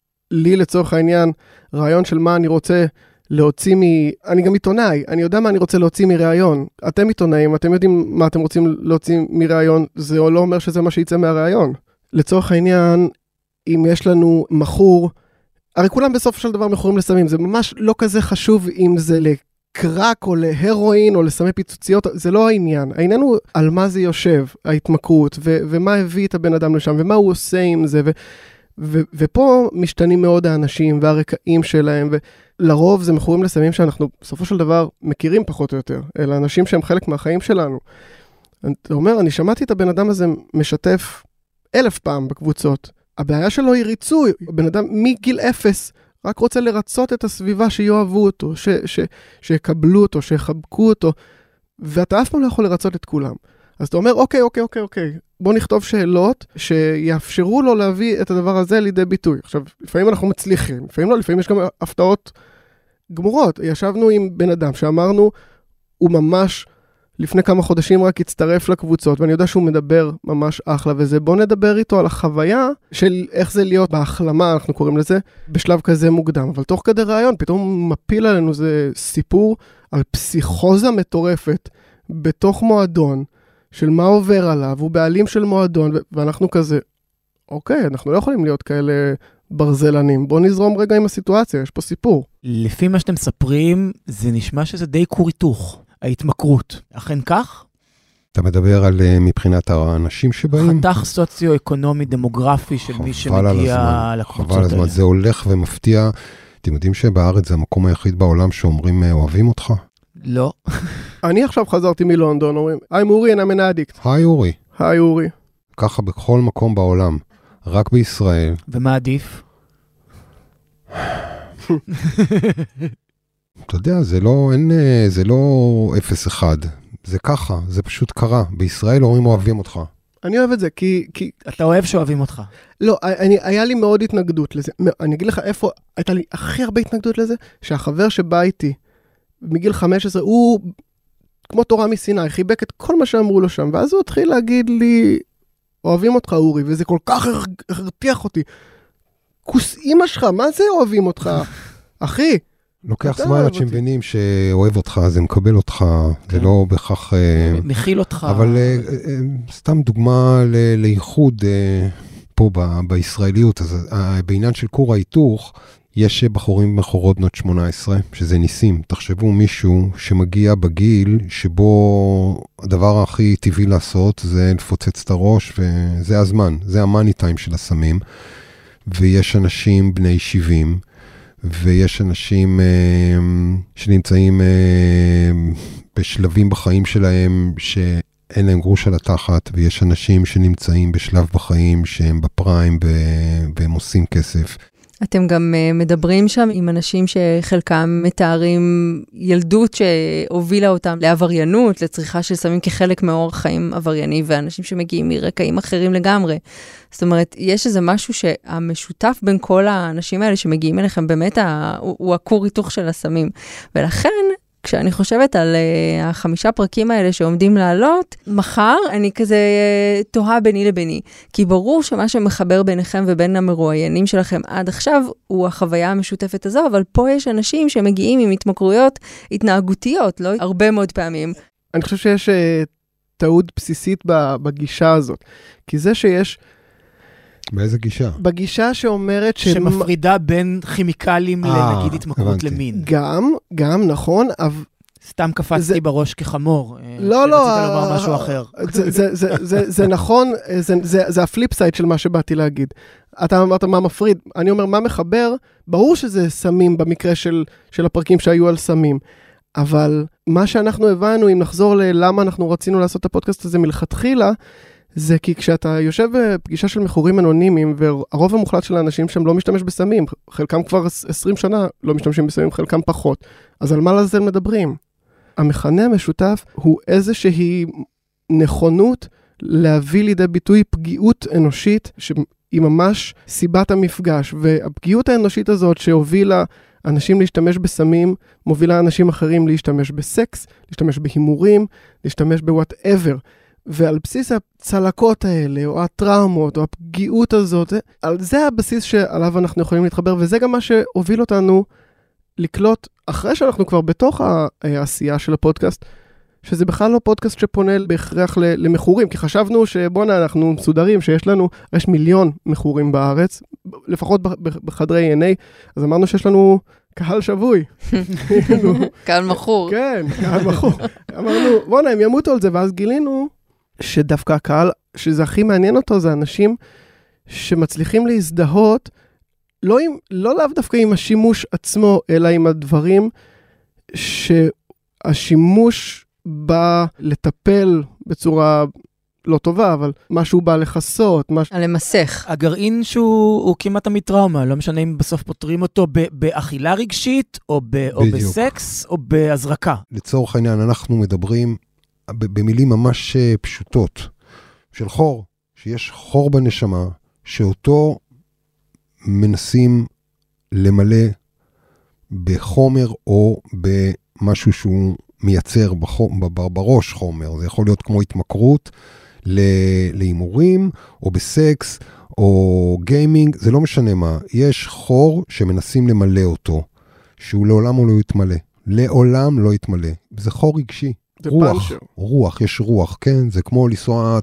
לי לצורך העניין רעיון של מה אני רוצה להוציא מ... אני גם עיתונאי, אני יודע מה אני רוצה להוציא מראיון. אתם עיתונאים, אתם יודעים מה אתם רוצים להוציא מראיון, זה לא אומר שזה מה שיצא מהראיון. לצורך העניין, אם יש לנו מחור, הרי כולם בסוף של דבר מכורים לסמים, זה ממש לא כזה חשוב אם זה לקרק או להרואין או לסמי פיצוציות, זה לא העניין. העניין הוא על מה זה יושב, ההתמכרות, ו- ומה הביא את הבן אדם לשם, ומה הוא עושה עם זה, ו- ו- ופה משתנים מאוד האנשים והרקעים שלהם, ולרוב זה מכורים לסמים שאנחנו בסופו של דבר מכירים פחות או יותר, אלא אנשים שהם חלק מהחיים שלנו. אתה אומר, אני שמעתי את הבן אדם הזה משתף אלף פעם בקבוצות, הבעיה שלו היא ריצוי, בן אדם מגיל אפס רק רוצה לרצות את הסביבה שיואבו אותו, ש- ש- שיקבלו אותו, שיחבקו אותו, ואתה אף פעם לא יכול לרצות את כולם. אז אתה אומר, אוקיי, אוקיי, אוקיי, אוקיי, בוא נכתוב שאלות שיאפשרו לו להביא את הדבר הזה לידי ביטוי. עכשיו, לפעמים אנחנו מצליחים, לפעמים לא, לפעמים יש גם הפתעות גמורות. ישבנו עם בן אדם שאמרנו, הוא ממש לפני כמה חודשים רק הצטרף לקבוצות, ואני יודע שהוא מדבר ממש אחלה, וזה בוא נדבר איתו על החוויה של איך זה להיות בהחלמה, אנחנו קוראים לזה, בשלב כזה מוקדם. אבל תוך כדי רעיון, פתאום מפיל עלינו זה סיפור על פסיכוזה מטורפת, בתוך מועדון, של מה עובר עליו, הוא בעלים של מועדון, ואנחנו כזה, אוקיי, אנחנו לא יכולים להיות כאלה ברזלנים, בוא נזרום רגע עם הסיטואציה, יש פה סיפור. לפי מה שאתם מספרים, זה נשמע שזה די כור היתוך, ההתמכרות. אכן כך? אתה מדבר על מבחינת האנשים שבאים? חתך סוציו-אקונומי דמוגרפי של מי שמגיע לקבוצות האלה. חבל על הזמן, זה הולך ומפתיע. אתם יודעים שבארץ זה המקום היחיד בעולם שאומרים אוהבים אותך? לא. אני עכשיו חזרתי מלונדון, אומרים, היי אורי, אני I'm an addict. היי אורי. היי אורי. ככה בכל מקום בעולם, רק בישראל. ומה עדיף? אתה יודע, זה לא, אין, זה לא אפס אחד. זה ככה, זה פשוט קרה. בישראל אומרים אוהבים אותך. אני אוהב את זה, כי... כי... אתה אוהב שאוהבים אותך. לא, אני, היה לי מאוד התנגדות לזה. אני אגיד לך איפה, הייתה לי הכי הרבה התנגדות לזה, שהחבר שבא איתי, מגיל חמש עשרה, הוא כמו תורה מסיני, חיבק את כל מה שאמרו לו שם, ואז הוא התחיל להגיד לי, אוהבים אותך אורי, וזה כל כך הרתיח אותי. כוס אמא שלך, מה זה אוהבים אותך? אחי. לוקח זמן עד שמבינים שאוהב אותך, זה מקבל אותך, זה לא בכך... מכיל אותך. אבל סתם דוגמה לייחוד פה בישראליות, אז בעניין של כור ההיתוך, יש בחורים בחורות בנות שמונה עשרה, שזה ניסים. תחשבו מישהו שמגיע בגיל שבו הדבר הכי טבעי לעשות זה לפוצץ את הראש, וזה הזמן, זה המאני טיים של הסמים. ויש אנשים בני שבעים, ויש אנשים אה, שנמצאים אה, בשלבים בחיים שלהם שאין להם גרוש על התחת, ויש אנשים שנמצאים בשלב בחיים שהם בפריים והם עושים כסף. אתם גם uh, מדברים שם עם אנשים שחלקם מתארים ילדות שהובילה אותם לעבריינות, לצריכה של סמים כחלק מאורח חיים עברייני, ואנשים שמגיעים מרקעים אחרים לגמרי. זאת אומרת, יש איזה משהו שהמשותף בין כל האנשים האלה שמגיעים אליכם, באמת ה- הוא, הוא הכור היתוך של הסמים. ולכן, כשאני חושבת על uh, החמישה פרקים האלה שעומדים לעלות, מחר אני כזה uh, תוהה ביני לביני. כי ברור שמה שמחבר ביניכם ובין המרואיינים שלכם עד עכשיו, הוא החוויה המשותפת הזו, אבל פה יש אנשים שמגיעים עם התמכרויות התנהגותיות, לא הרבה מאוד פעמים. אני חושב שיש uh, טעות בסיסית בגישה הזאת. כי זה שיש... באיזה גישה? בגישה שאומרת ש... שמפרידה בין כימיקלים לנגיד התמכרות למין. גם, גם, נכון, אבל... סתם קפצתי בראש כחמור. לא, לא. שרצית לומר משהו אחר. זה נכון, זה הפליפ סייד של מה שבאתי להגיד. אתה אמרת מה מפריד, אני אומר מה מחבר, ברור שזה סמים במקרה של הפרקים שהיו על סמים, אבל מה שאנחנו הבנו, אם נחזור ללמה אנחנו רצינו לעשות את הפודקאסט הזה מלכתחילה, זה כי כשאתה יושב בפגישה של מכורים אנונימיים, והרוב המוחלט של האנשים שם לא משתמש בסמים, חלקם כבר עשרים שנה לא משתמשים בסמים, חלקם פחות, אז על מה לזה מדברים? המכנה המשותף הוא איזושהי נכונות להביא לידי ביטוי פגיעות אנושית, שהיא ממש סיבת המפגש, והפגיעות האנושית הזאת שהובילה אנשים להשתמש בסמים, מובילה אנשים אחרים להשתמש בסקס, להשתמש בהימורים, להשתמש ב-whatever. ועל בסיס הצלקות האלה, או הטראומות, או הפגיעות הזאת, על זה הבסיס שעליו אנחנו יכולים להתחבר, וזה גם מה שהוביל אותנו לקלוט, אחרי שאנחנו כבר בתוך העשייה של הפודקאסט, שזה בכלל לא פודקאסט שפונה בהכרח למכורים, כי חשבנו שבונה, אנחנו מסודרים, שיש לנו, יש מיליון מכורים בארץ, לפחות בחדרי אן איי, אז אמרנו שיש לנו קהל שבוי. קהל מכור. כן, קהל מכור. אמרנו, בונה, הם ימותו על זה, ואז גילינו שדווקא הקהל, שזה הכי מעניין אותו, זה אנשים שמצליחים להזדהות, לא, עם, לא לאו דווקא עם השימוש עצמו, אלא עם הדברים שהשימוש בא לטפל בצורה לא טובה, אבל משהו בא לחסות. מש... למסך. הגרעין שהוא כמעט תמיד טראומה, לא משנה אם בסוף פותרים אותו באכילה רגשית, או, ב, או בסקס, או בהזרקה. לצורך העניין, אנחנו מדברים במילים ממש פשוטות, של חור, שיש חור בנשמה, שאותו מנסים למלא בחומר או במשהו שהוא מייצר בראש חומר. זה יכול להיות כמו התמכרות להימורים או בסקס או גיימינג, זה לא משנה מה. יש חור שמנסים למלא אותו, שהוא לעולם לא יתמלא. לעולם לא יתמלא. זה חור רגשי. רוח, רוח, יש רוח, כן? זה כמו לנסוע,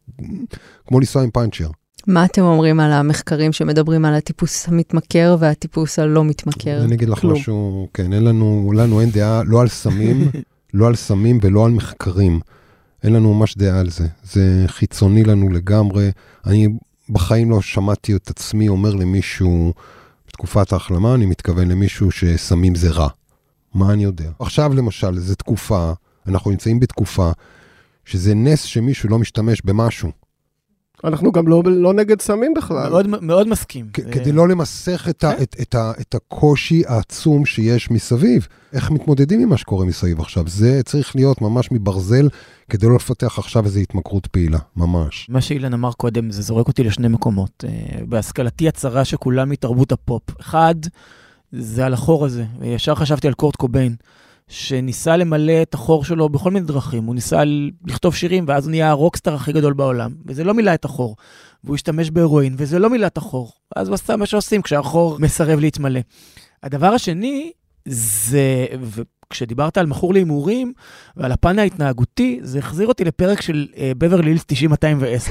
כמו לנסוע עם פאנצ'ר. מה אתם אומרים על המחקרים שמדברים על הטיפוס המתמכר והטיפוס הלא מתמכר? אני אגיד לך משהו, כן, אין לנו, לנו אין דעה, לא על סמים, לא על סמים ולא על מחקרים. אין לנו ממש דעה על זה. זה חיצוני לנו לגמרי. אני בחיים לא שמעתי את עצמי אומר למישהו, בתקופת ההחלמה, אני מתכוון למישהו שסמים זה רע. מה אני יודע? עכשיו למשל, זו תקופה, אנחנו נמצאים בתקופה, שזה נס שמישהו לא משתמש במשהו. אנחנו גם לא, לא נגד סמים בכלל. מאוד, מאוד מסכים. כ- כדי לא למסך את, ה- את, את, ה- את הקושי העצום שיש מסביב. איך מתמודדים עם מה שקורה מסביב עכשיו? זה צריך להיות ממש מברזל, כדי לא לפתח עכשיו איזו התמכרות פעילה, ממש. מה שאילן אמר קודם, זה זורק אותי לשני מקומות. בהשכלתי הצרה שכולם מתרבות הפופ. אחד, זה על החור הזה. ישר חשבתי על קורט קוביין, שניסה למלא את החור שלו בכל מיני דרכים. הוא ניסה לכתוב שירים, ואז הוא נהיה הרוקסטר הכי גדול בעולם. וזה לא מילא את החור. והוא השתמש בהרואין, וזה לא מילא את החור. אז הוא עשה מה שעושים כשהחור מסרב להתמלא. הדבר השני, זה, וכשדיברת על מכור להימורים, ועל הפן ההתנהגותי, זה החזיר אותי לפרק של בברלי הילס תשעים מאתיים ועשר.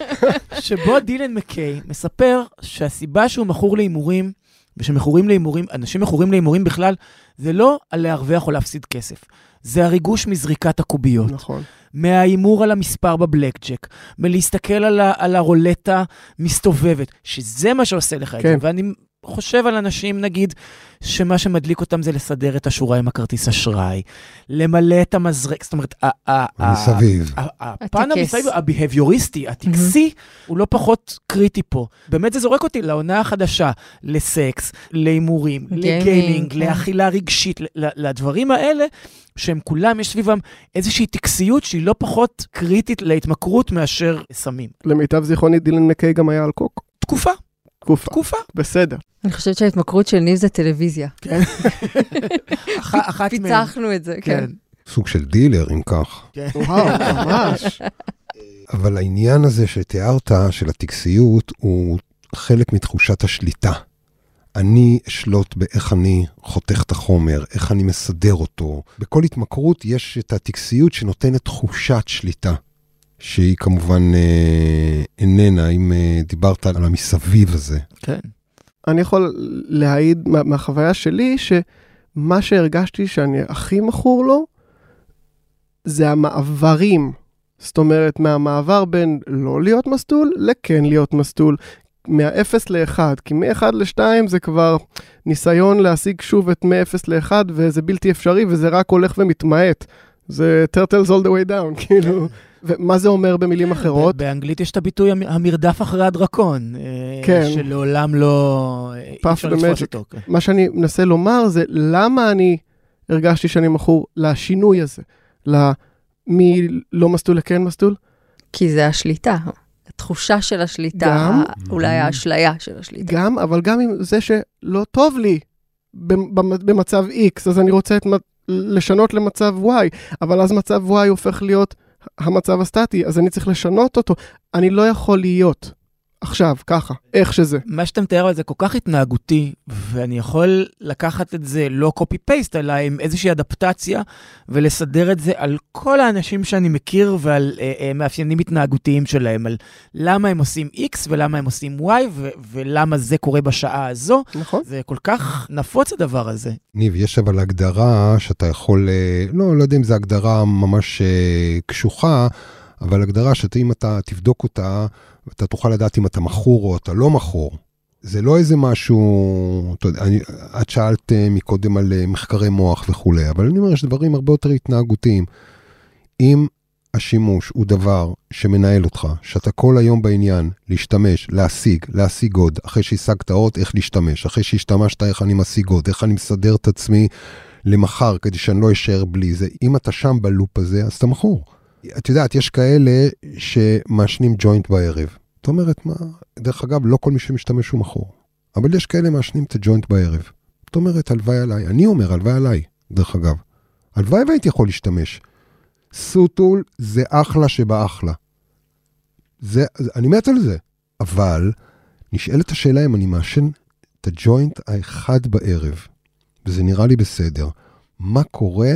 שבו דילן מקיי מספר שהסיבה שהוא מכור להימורים, ושמכורים להימורים, אנשים מכורים להימורים בכלל, זה לא על להרוויח או להפסיד כסף. זה הריגוש מזריקת הקוביות. נכון. מהאימור על המספר בבלק ג'ק, מלהסתכל על, ה, על הרולטה מסתובבת, שזה מה שעושה לך את זה. ואני חושב על אנשים, נגיד, שמה שמדליק אותם זה לסדר את השורה עם הכרטיס אשראי, למלא את המזרק, זאת אומרת, המסביב. הפן המסביב, הביהביוריסטי, הטקסי, הוא לא פחות קריטי פה. באמת זה זורק אותי לעונה החדשה, לסקס, להימורים, לגיימינג, לאכילה רגשית, לדברים האלה, שהם כולם, יש סביבם איזושהי טקסיות שהיא לא פחות קריטית להתמכרות מאשר סמים. למיטב זיכרוני, דילן מקיי גם היה על קוק. תקופה. תקופה. תקופה. בסדר. אני חושבת שההתמכרות של ניב זה טלוויזיה. כן. אחת מהם. פיצחנו את זה, כן. סוג של דילר, אם כך. וואו, ממש. אבל העניין הזה שתיארת, של הטקסיות, הוא חלק מתחושת השליטה. אני אשלוט באיך אני חותך את החומר, איך אני מסדר אותו. בכל התמכרות יש את הטקסיות שנותנת תחושת שליטה. שהיא כמובן אה, איננה, אם אה, דיברת על המסביב הזה. כן. אני יכול להעיד מה, מהחוויה שלי, שמה שהרגשתי שאני הכי מכור לו, זה המעברים. זאת אומרת, מהמעבר בין לא להיות מסטול לכן להיות מסטול. מה-אפס ל-אחד, כי מ-אחד ל-שתיים זה כבר ניסיון להשיג שוב את מ-אפס ל-אחד, וזה בלתי אפשרי, וזה רק הולך ומתמעט. זה turtles all the way down, כאילו. ומה זה אומר במילים אחרות? באנגלית יש את הביטוי המרדף אחרי הדרקון, כן. שלעולם לא אפשר לתפוס אותו. מה שאני מנסה לומר זה, למה אני הרגשתי שאני מכור לשינוי הזה? מי לא מסטול לכן מסטול? כי זה השליטה. התחושה של השליטה, גם, אולי האשליה של השליטה. גם, אבל גם עם זה שלא טוב לי במצב X, אז אני רוצה את, לשנות למצב Y, אבל אז מצב Y הופך להיות המצב הסטטי, אז אני צריך לשנות אותו. אני לא יכול להיות עכשיו, ככה, איך שזה. מה שאתה מתאר על זה כל כך התנהגותי, ואני יכול לקחת את זה לא קופי-פייסט, אלא עם איזושהי אדפטציה, ולסדר את זה על כל האנשים שאני מכיר, ועל אה, אה, מאפיינים התנהגותיים שלהם, על למה הם עושים X, ולמה הם עושים Y, ו- ולמה זה קורה בשעה הזו. נכון. זה כל כך נפוץ הדבר הזה. ניב, יש אבל הגדרה שאתה יכול, לא, לא יודע אם זו הגדרה ממש קשוחה, אבל הגדרה שאם אתה תבדוק אותה, אתה תוכל לדעת אם אתה מכור או אתה לא מכור. זה לא איזה משהו, אתה יודע, אני, את שאלת מקודם על מחקרי מוח וכו', אבל אני אומר, יש דברים הרבה יותר התנהגותיים. אם השימוש הוא דבר שמנהל אותך, שאתה כל היום בעניין להשתמש, להשיג, להשיג עוד, אחרי שהשגת עוד, איך להשתמש, אחרי שהשתמשת, איך אני משיג עוד, איך אני מסדר את עצמי למחר, כדי שאני לא אשאר בלי זה. אם אתה שם בלופ הזה, אז אתה מכור. את יודעת, יש כאלה שמאשנים ג'וינט בערב. זאת אומרת, מה? דרך אגב, לא כל מי שמשתמש הוא מכור. אבל יש כאלה מאשנים את הג'וינט בערב. זאת אומרת, הלוואי עליי. אני אומר, הלוואי עליי, דרך אגב. הלוואי והייתי יכול להשתמש. סוטול זה אחלה שבאחלה. זה, אני מת על זה. אבל נשאלת השאלה אם אני מאשן את הג'וינט האחד בערב. וזה נראה לי בסדר. מה קורה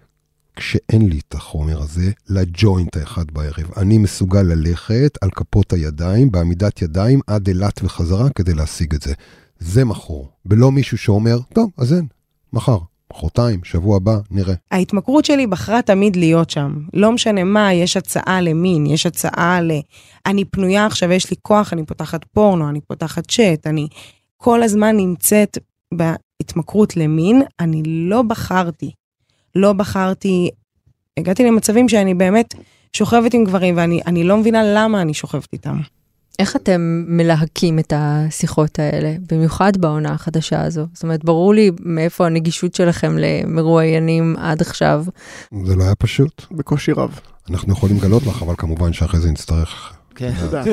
כשאין לי את החומר הזה לג'וינט האחד בערב? אני מסוגל ללכת על כפות הידיים, בעמידת ידיים, עד אילת וחזרה כדי להשיג את זה. זה מכור. ולא מישהו שאומר, טוב, אז אין, מחר. מחרתיים, שבוע הבא, נראה. ההתמכרות שלי בחרה תמיד להיות שם. לא משנה מה, יש הצעה למין, יש הצעה ל... אני פנויה עכשיו, יש לי כוח, אני פותחת פורנו, אני פותחת צ'אט, אני כל הזמן נמצאת בהתמכרות למין, אני לא בחרתי. לא בחרתי, הגעתי למצבים שאני באמת שוכבת עם גברים, ואני אני לא מבינה למה אני שוכבת איתם. איך אתם מלהקים את השיחות האלה, במיוחד בעונה החדשה הזו? זאת אומרת, ברור לי מאיפה הנגישות שלכם למרואיינים עד עכשיו. זה לא היה פשוט. בקושי רב. אנחנו יכולים לגלות לך, אבל כמובן שאחרי זה נצטרך... כן. תודה.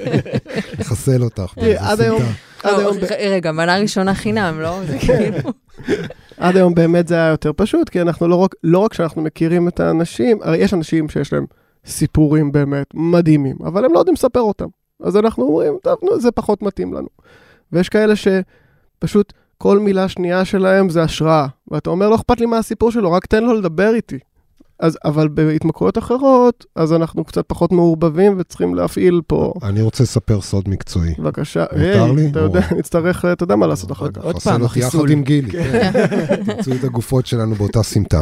לחסל אותך. עד היום... רגע, מנה ראשונה חינם, לא? זה כאילו... עד היום באמת זה היה יותר פשוט, כי אנחנו לא רק, לא רק שאנחנו מכירים את האנשים, הרי יש אנשים שיש להם סיפורים באמת מדהימים, אבל הם לא יודעים לספר אותם. אז אנחנו אומרים, טוב, נו, זה פחות מתאים לנו. ויש כאלה שפשוט כל מילה שנייה שלהם זה השראה. ואתה אומר, לא אכפת לי מה הסיפור שלו, רק תן לו לדבר איתי. אז, אבל בהתמכרויות אחרות, אז אנחנו קצת פחות מעורבבים וצריכים להפעיל פה. אני רוצה לספר סוד מקצועי. בבקשה. מותר לי? אתה יודע, נצטרך, אתה יודע מה לעשות אחר כך. עוד פעם, החיסול. יחד עם גילי. תמצאו את הגופות שלנו באותה סמטה.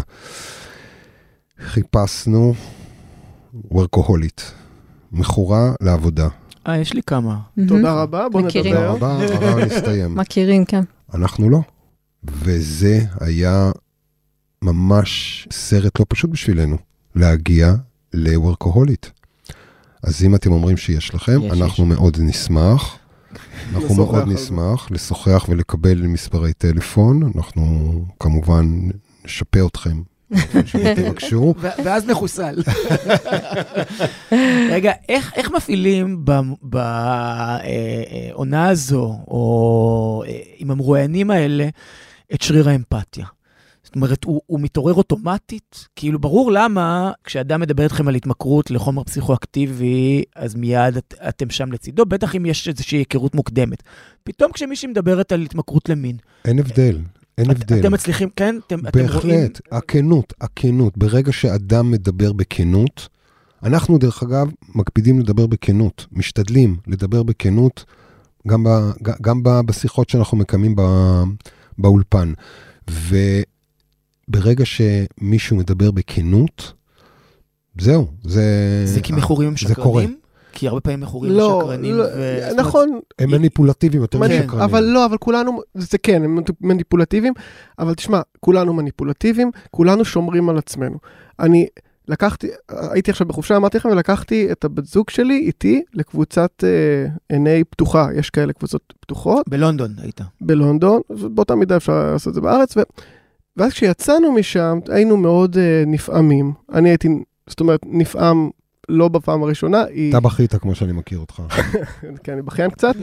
חיפשנו וורקוהולית. מכורה לעבודה. אה, יש לי כמה. תודה רבה, בוא נדבר. תודה רבה, הרעיון נסתיים. מכירים, כן. אנחנו לא. וזה היה ממש סרט לא פשוט בשבילנו, להגיע לוורקוהולית. אז אם אתם אומרים שיש לכם, יש, אנחנו יש. מאוד נשמח. אנחנו מאוד נשמח לשוחח ולקבל מספרי טלפון. אנחנו כמובן נשפה אתכם. שתבקשו. ואז מחוסל. רגע, איך, איך מפעילים בעונה הזו, או עם המרואיינים האלה, את שריר האמפתיה? זאת אומרת, הוא, הוא מתעורר אוטומטית? כאילו, ברור למה, כשאדם מדבר אתכם על התמכרות לחומר פסיכואקטיבי, אז מיד את, אתם שם לצידו, בטח אם יש איזושהי היכרות מוקדמת. פתאום כשמישהי מדברת על התמכרות למין. אין הבדל. אין הבדל. אתם מצליחים, כן? אתם, בהחלט, אתם רואים... הכנות, הכנות. ברגע שאדם מדבר בכנות, אנחנו דרך אגב מקפידים לדבר בכנות, משתדלים לדבר בכנות, גם, ב, גם ב, בשיחות שאנחנו מקיימים ב, באולפן. וברגע שמישהו מדבר בכנות, זהו, זה... זה כי מכורים הם זה קורה. שקרנים? כי הרבה פעמים מכורים לא, שקרנים. לא, ו... נכון. הם מניפולטיביים יותר מניפ- משקרנים. אבל לא, אבל כולנו, זה כן, הם מניפולטיביים, אבל תשמע, כולנו מניפולטיביים, כולנו שומרים על עצמנו. אני לקחתי, הייתי עכשיו בחופשה, אמרתי לכם, ולקחתי את הבת זוג שלי איתי לקבוצת אה, עיני פתוחה, יש כאלה קבוצות פתוחות. בלונדון היית. בלונדון, באותה מידה אפשר לעשות את זה בארץ, ו... ואז כשיצאנו משם, היינו מאוד אה, נפעמים. אני הייתי, זאת אומרת, נפעם לא בפעם הראשונה. אתה בכית כמו שאני מכיר אותך. כן, אני בכיין קצת.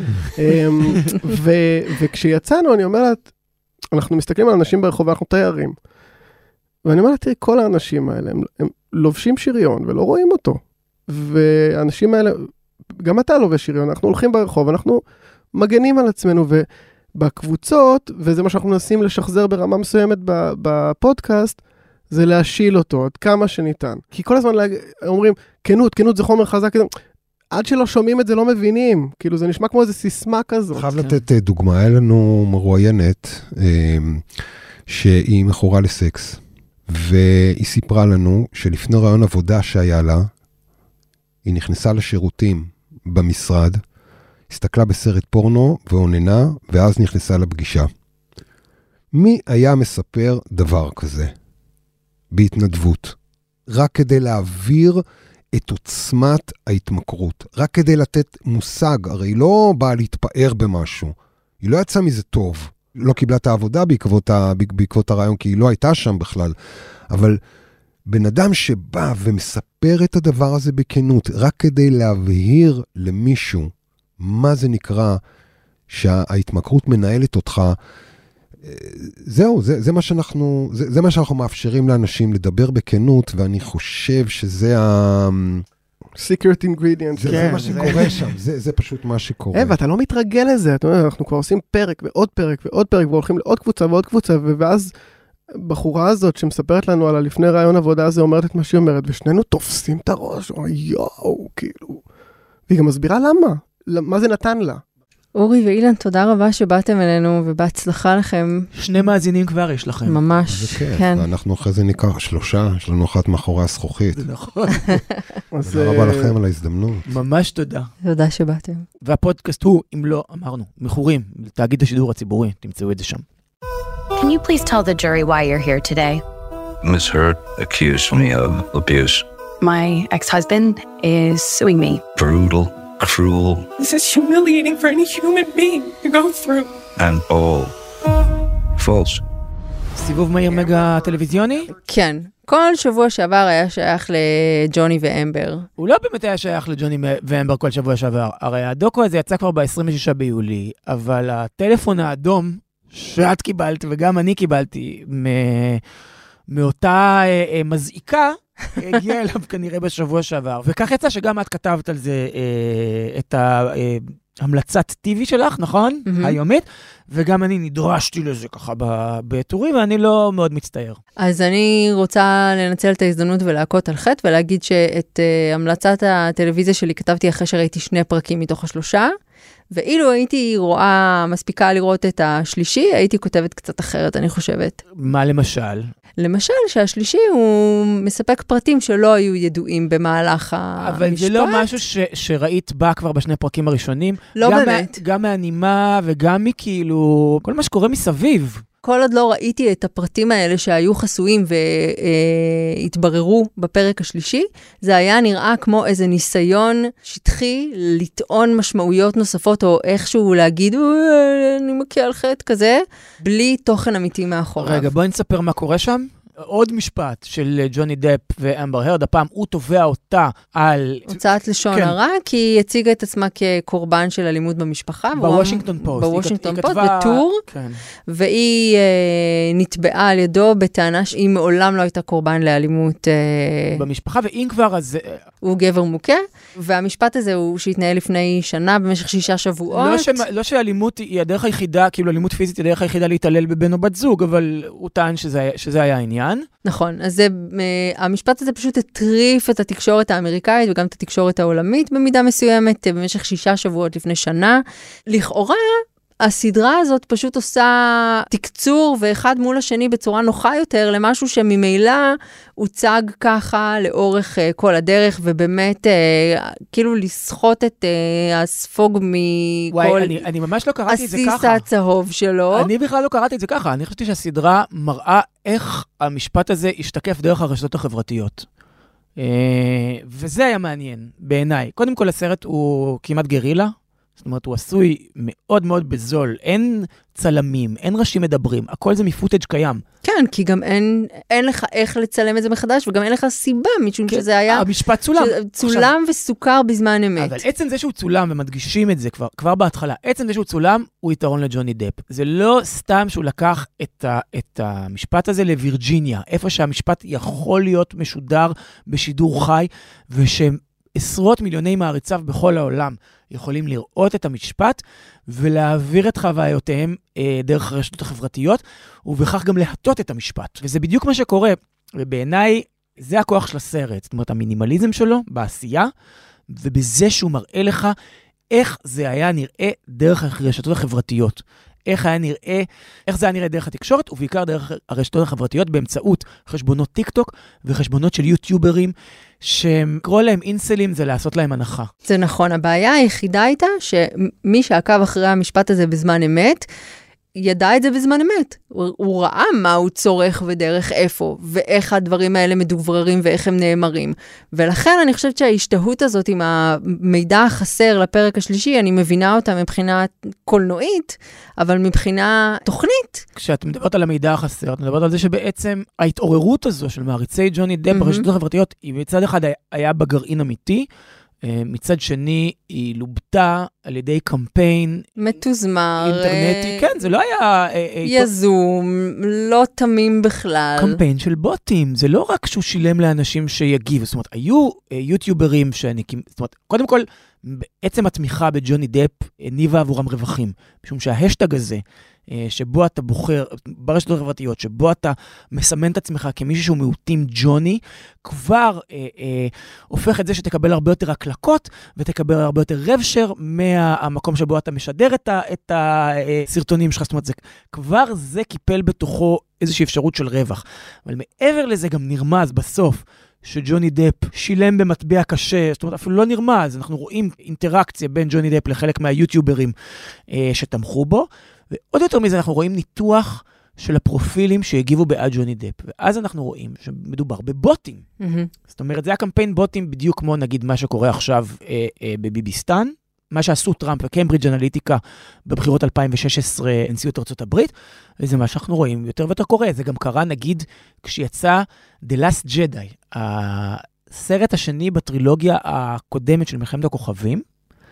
ו- וכשיצאנו, אני אומר לה, אנחנו מסתכלים על אנשים ברחוב, ואנחנו תיירים. ואני אומר לה, תראי, כל האנשים האלה, הם, הם לובשים שריון ולא רואים אותו. והאנשים האלה, גם אתה לובש שריון, אנחנו הולכים ברחוב, אנחנו מגנים על עצמנו, ובקבוצות, וזה מה שאנחנו מנסים לשחזר ברמה מסוימת בפודקאסט, זה להשיל אותו עד כמה שניתן. כי כל הזמן אומרים, כנות, כנות זה חומר חזק, עד שלא שומעים את זה לא מבינים. כאילו זה נשמע כמו איזו סיסמה כזאת. חייב לתת דוגמה, היה לנו מרואיינת שהיא מכורה לסקס, והיא סיפרה לנו שלפני רעיון עבודה שהיה לה, היא נכנסה לשירותים במשרד, הסתכלה בסרט פורנו ועוננה, ואז נכנסה לפגישה. מי היה מספר דבר כזה? בהתנדבות. רק כדי להעביר את עוצמת ההתמכרות. רק כדי לתת מושג. הרי היא לא באה להתפאר במשהו. היא לא יצאה מזה טוב. לא קיבלה את העבודה בעקבות, ה... בעקבות הרעיון, כי היא לא הייתה שם בכלל. אבל בן אדם שבא ומספר את הדבר הזה בכנות, רק כדי להבהיר למישהו מה זה נקרא שההתמכרות מנהלת אותך, זהו, זה, זה מה שאנחנו, זה, זה מה שאנחנו מאפשרים לאנשים לדבר בכנות, ואני חושב שזה ה... secret ingredient. זה, זה מה שקורה שם, זה, זה פשוט מה שקורה. ואתה לא מתרגל לזה, אתה אומר, אנחנו כבר עושים פרק ועוד פרק ועוד פרק, והולכים לעוד קבוצה ועוד קבוצה, ואז בחורה הזאת שמספרת לנו על הלפני רעיון עבודה הזה, אומרת את מה שהיא אומרת, ושנינו תופסים את הראש, יואו, כאילו. והיא גם מסבירה למה, מה זה נתן לה. אורי ואילן, תודה רבה שבאתם אלינו, ובהצלחה לכם. שני מאזינים כבר יש לכם. ממש, זה כיף, כן. ואנחנו אחרי זה ניקח שלושה, יש לנו אחת מאחורי הזכוכית. זה נכון. תודה רבה לכם על ההזדמנות. ממש תודה. תודה שבאתם. והפודקאסט הוא, אם לא אמרנו, מכורים, תאגיד השידור הציבורי, תמצאו את זה שם. Can you please tell the jury why you're here today? Miz Hurd accused me of abuse. My ex-husband is suing me. Brutal, cruel. This is humiliating for any human being to go through. And all false. סיבוב מהיר מגה טלוויזיוני? כן. כל שבוע שעבר היה שייך לג'וני ואמבר. הוא לא באמת היה שייך לג'וני ואמבר כל שבוע שעבר. הרי הדוקו הזה יצא כבר ב-עשרים ושישה ביולי, אבל הטלפון האדום שאת קיבלת וגם אני קיבלתי מאותה מזעיקה, הגיע אליו כנראה בשבוע שעבר. וכך יצא שגם את כתבת על זה את ההמלצת טיווי שלך, נכון? היומית. וגם אני נדרשתי לזה ככה בטורים, ואני לא מאוד מצטער. אז אני רוצה לנצל את ההזדמנות ולהכות על חטא, ולהגיד שאת המלצת הטלוויזיה שלי כתבתי אחרי שראיתי שני פרקים מתוך השלושה, ואילו הייתי רואה, מספיקה לראות את השלישי, הייתי כותבת קצת אחרת, אני חושבת. מה למשל? למשל, שהשלישי הוא מספק פרטים שלא היו ידועים במהלך המשפט. אבל זה לא משהו ש, שראית בה כבר בשני פרקים הראשונים. לא גם באמת. מה, גם מהנימה וגם מכאילו, כל מה שקורה מסביב. כל עוד לא ראיתי את הפרטים האלה שהיו חסויים והתבררו בפרק השלישי, זה היה נראה כמו איזה ניסיון שטחי לטעון משמעויות נוספות, או איכשהו להגיד, אני מכה על חטא כזה, בלי תוכן אמיתי מאחוריו. רגע, בואי נספר מה קורה שם. עוד משפט של ג'וני דפ ואמבר הרד, הפעם הוא תובע אותה על... הוצאת לשון כן. הרע, כי היא הציגה את עצמה כקורבן של אלימות במשפחה. בוושינגטון פוסט. בוושינגטון היא פוסט, כתבה... בטור. כן. והיא אה, נתבעה על ידו בטענה שהיא מעולם לא הייתה קורבן לאלימות... אה, במשפחה, ואם כבר אז... הוא גבר מוכה, והמשפט הזה הוא שהתנהל לפני שנה, במשך שישה שבועות. לא, ש... לא שאלימות היא הדרך היחידה, כאילו אלימות פיזית היא הדרך היחידה להתעלל בבן או בת זוג, אבל הוא טען שזה, שזה היה העניין. נכון, אז זה, המשפט הזה פשוט הטריף את התקשורת האמריקאית וגם את התקשורת העולמית במידה מסוימת במשך שישה שבועות לפני שנה. לכאורה, הסדרה הזאת פשוט עושה תקצור ואחד מול השני בצורה נוחה יותר למשהו שממילא הוצג ככה לאורך uh, כל הדרך, ובאמת uh, כאילו לסחוט את uh, הספוג מכל וואי, אני, אני ממש לא קראתי את זה ככה. הסיס הצהוב שלו. אני בכלל לא קראתי את זה ככה. אני חשבתי שהסדרה מראה איך המשפט הזה השתקף דרך הרשתות החברתיות. Uh, וזה היה מעניין בעיניי. קודם כל, הסרט הוא כמעט גרילה. זאת אומרת, הוא עשוי מאוד מאוד בזול. אין צלמים, אין ראשים מדברים. הכל זה מפוטאג' קיים. כן, כי גם אין, אין לך איך לצלם את זה מחדש, וגם אין לך סיבה, משום כן, שזה היה... המשפט צולם. צולם עכשיו, וסוכר בזמן אמת. אבל עצם זה שהוא צולם, ומדגישים את זה כבר, כבר בהתחלה, עצם זה שהוא צולם, הוא יתרון לג'וני דפ. זה לא סתם שהוא לקח את, ה, את המשפט הזה לווירג'יניה, איפה שהמשפט יכול להיות משודר בשידור חי, ושעשרות מיליוני מעריציו בכל העולם יכולים לראות את המשפט, ולהעביר את חוויותיהם אה, דרך הרשתות החברתיות, ובכך גם להטות את המשפט. וזה בדיוק מה שקורה, ובעיניי זה הכוח של הסרט, זאת אומרת, המינימליזם שלו בעשייה, ובזה שהוא מראה לך איך זה היה נראה דרך הרשתות החברתיות. איך היה נראה, איך זה היה נראה דרך התקשורת, ובעיקר דרך הרשתות החברתיות, באמצעות חשבונות טיק טוק, וחשבונות של יוטיוברים, שקרוא להם אינסלים, זה לעשות להם הנחה. זה נכון, הבעיה היחידה הייתה, שמי שעקב אחרי המשפט הזה בזמן אמת, ידע את זה בזמן אמת. הוא, הוא ראה מה הוא צורך ודרך איפה, ואיך הדברים האלה מדובררים ואיך הם נאמרים. ולכן אני חושבת שההשתהות הזאת עם המידע החסר לפרק השלישי, אני מבינה אותה מבחינה קולנועית, אבל מבחינה תוכנית. כשאת מדברת על המידע החסר, את מדברת על זה שבעצם ההתעוררות הזו של מעריצי ג'וני דפ mm-hmm. ברשתות החברתיות, היא מצד אחד היה בגרעין אמיתי, מצד שני, היא לובטה על ידי קמפיין מתוזמר, אינטרנטי. כן, זה לא היה... יזום, לא תמים בכלל. קמפיין של בוטים. זה לא רק שהוא שילם לאנשים שיגיבו. זאת אומרת, היו יוטיוברים שאני... זאת אומרת, קודם כל, בעצם התמיכה בג'וני דפ הניבה עבורם רווחים. משום שההשטג הזה, שבו אתה בוחר, ברשתות החברתיות, שבו אתה מסמן את עצמך כמישהו שהוא מיעוטים ג'וני, כבר אה, אה, הופך את זה שתקבל הרבה יותר הקלקות, ותקבל הרבה יותר רבשר מהמקום שבו אתה משדר את, ה, את הסרטונים שלך. זאת אומרת, זה, כבר זה קיפל בתוכו איזושהי אפשרות של רווח. אבל מעבר לזה גם נרמז בסוף, שג'וני דפ שילם במטבע קשה, זאת אומרת, אפילו לא נרמז, אנחנו רואים אינטראקציה בין ג'וני דפ לחלק מהיוטיוברים אה, שתמכו בו, ועוד יותר מזה אנחנו רואים ניתוח של הפרופילים שהגיבו בעד ג'וני דפ, ואז אנחנו רואים שמדובר בבוטים. Mm-hmm. זאת אומרת, זה הקמפיין בוטים בדיוק כמו נגיד מה שקורה עכשיו אה, אה, בביביסטן, מה שעשו טראמפ וקיימברידג' אנליטיקה בבחירות אלפיים ושש עשרה נשיאות ארצות הברית, וזה מה שאנחנו רואים יותר ויותר קורה. זה גם קרה נגיד כשיצא The Last Jedi, הסרט השני בטרילוגיה הקודמת של מלחמת הכוכבים,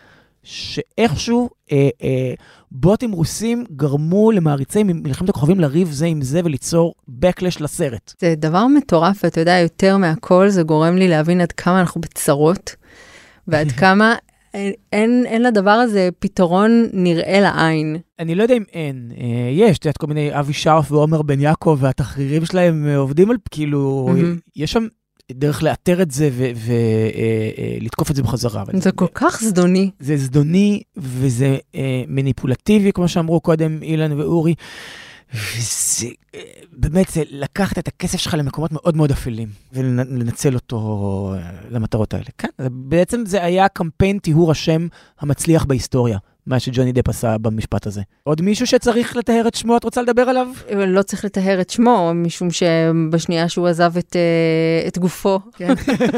שאיכשהו אה, אה, בוטים רוסים גרמו למעריצי מלחמת הכוכבים לריב זה עם זה וליצור backlash לסרט. זה דבר מטורף, ואתה יודע, יותר מהכל זה גורם לי להבין עד כמה אנחנו בצרות, ועד כמה אין, אין, אין לדבר הזה פתרון נראה לעין. אני לא יודע אם אין. אה, יש, תהיה כל מיני אבי שרף ועומר בן יעקב, והתחרירים שלהם עובדים על, כאילו, mm-hmm. יש שם דרך לאתר את זה ולתקוף את זה בחזרה. זה כל כך זדוני. זה זדוני, וזה מניפולטיבי, כמו שאמרו קודם אילן ואורי, וזה באמת, זה לקחת את הכסף שלך למקומות מאוד מאוד אפלים, ולנצל אותו למטרות האלה. כן, בעצם זה היה קמפיין טיהור השם המצליח בהיסטוריה. מה שג'וני דפ עשה במשפט הזה. עוד מישהו שצריך לתאר את שמו, את רוצה לדבר עליו? לא צריך לתאר את שמו, משום שבשנייה שהוא עזב את, את גופו. כן.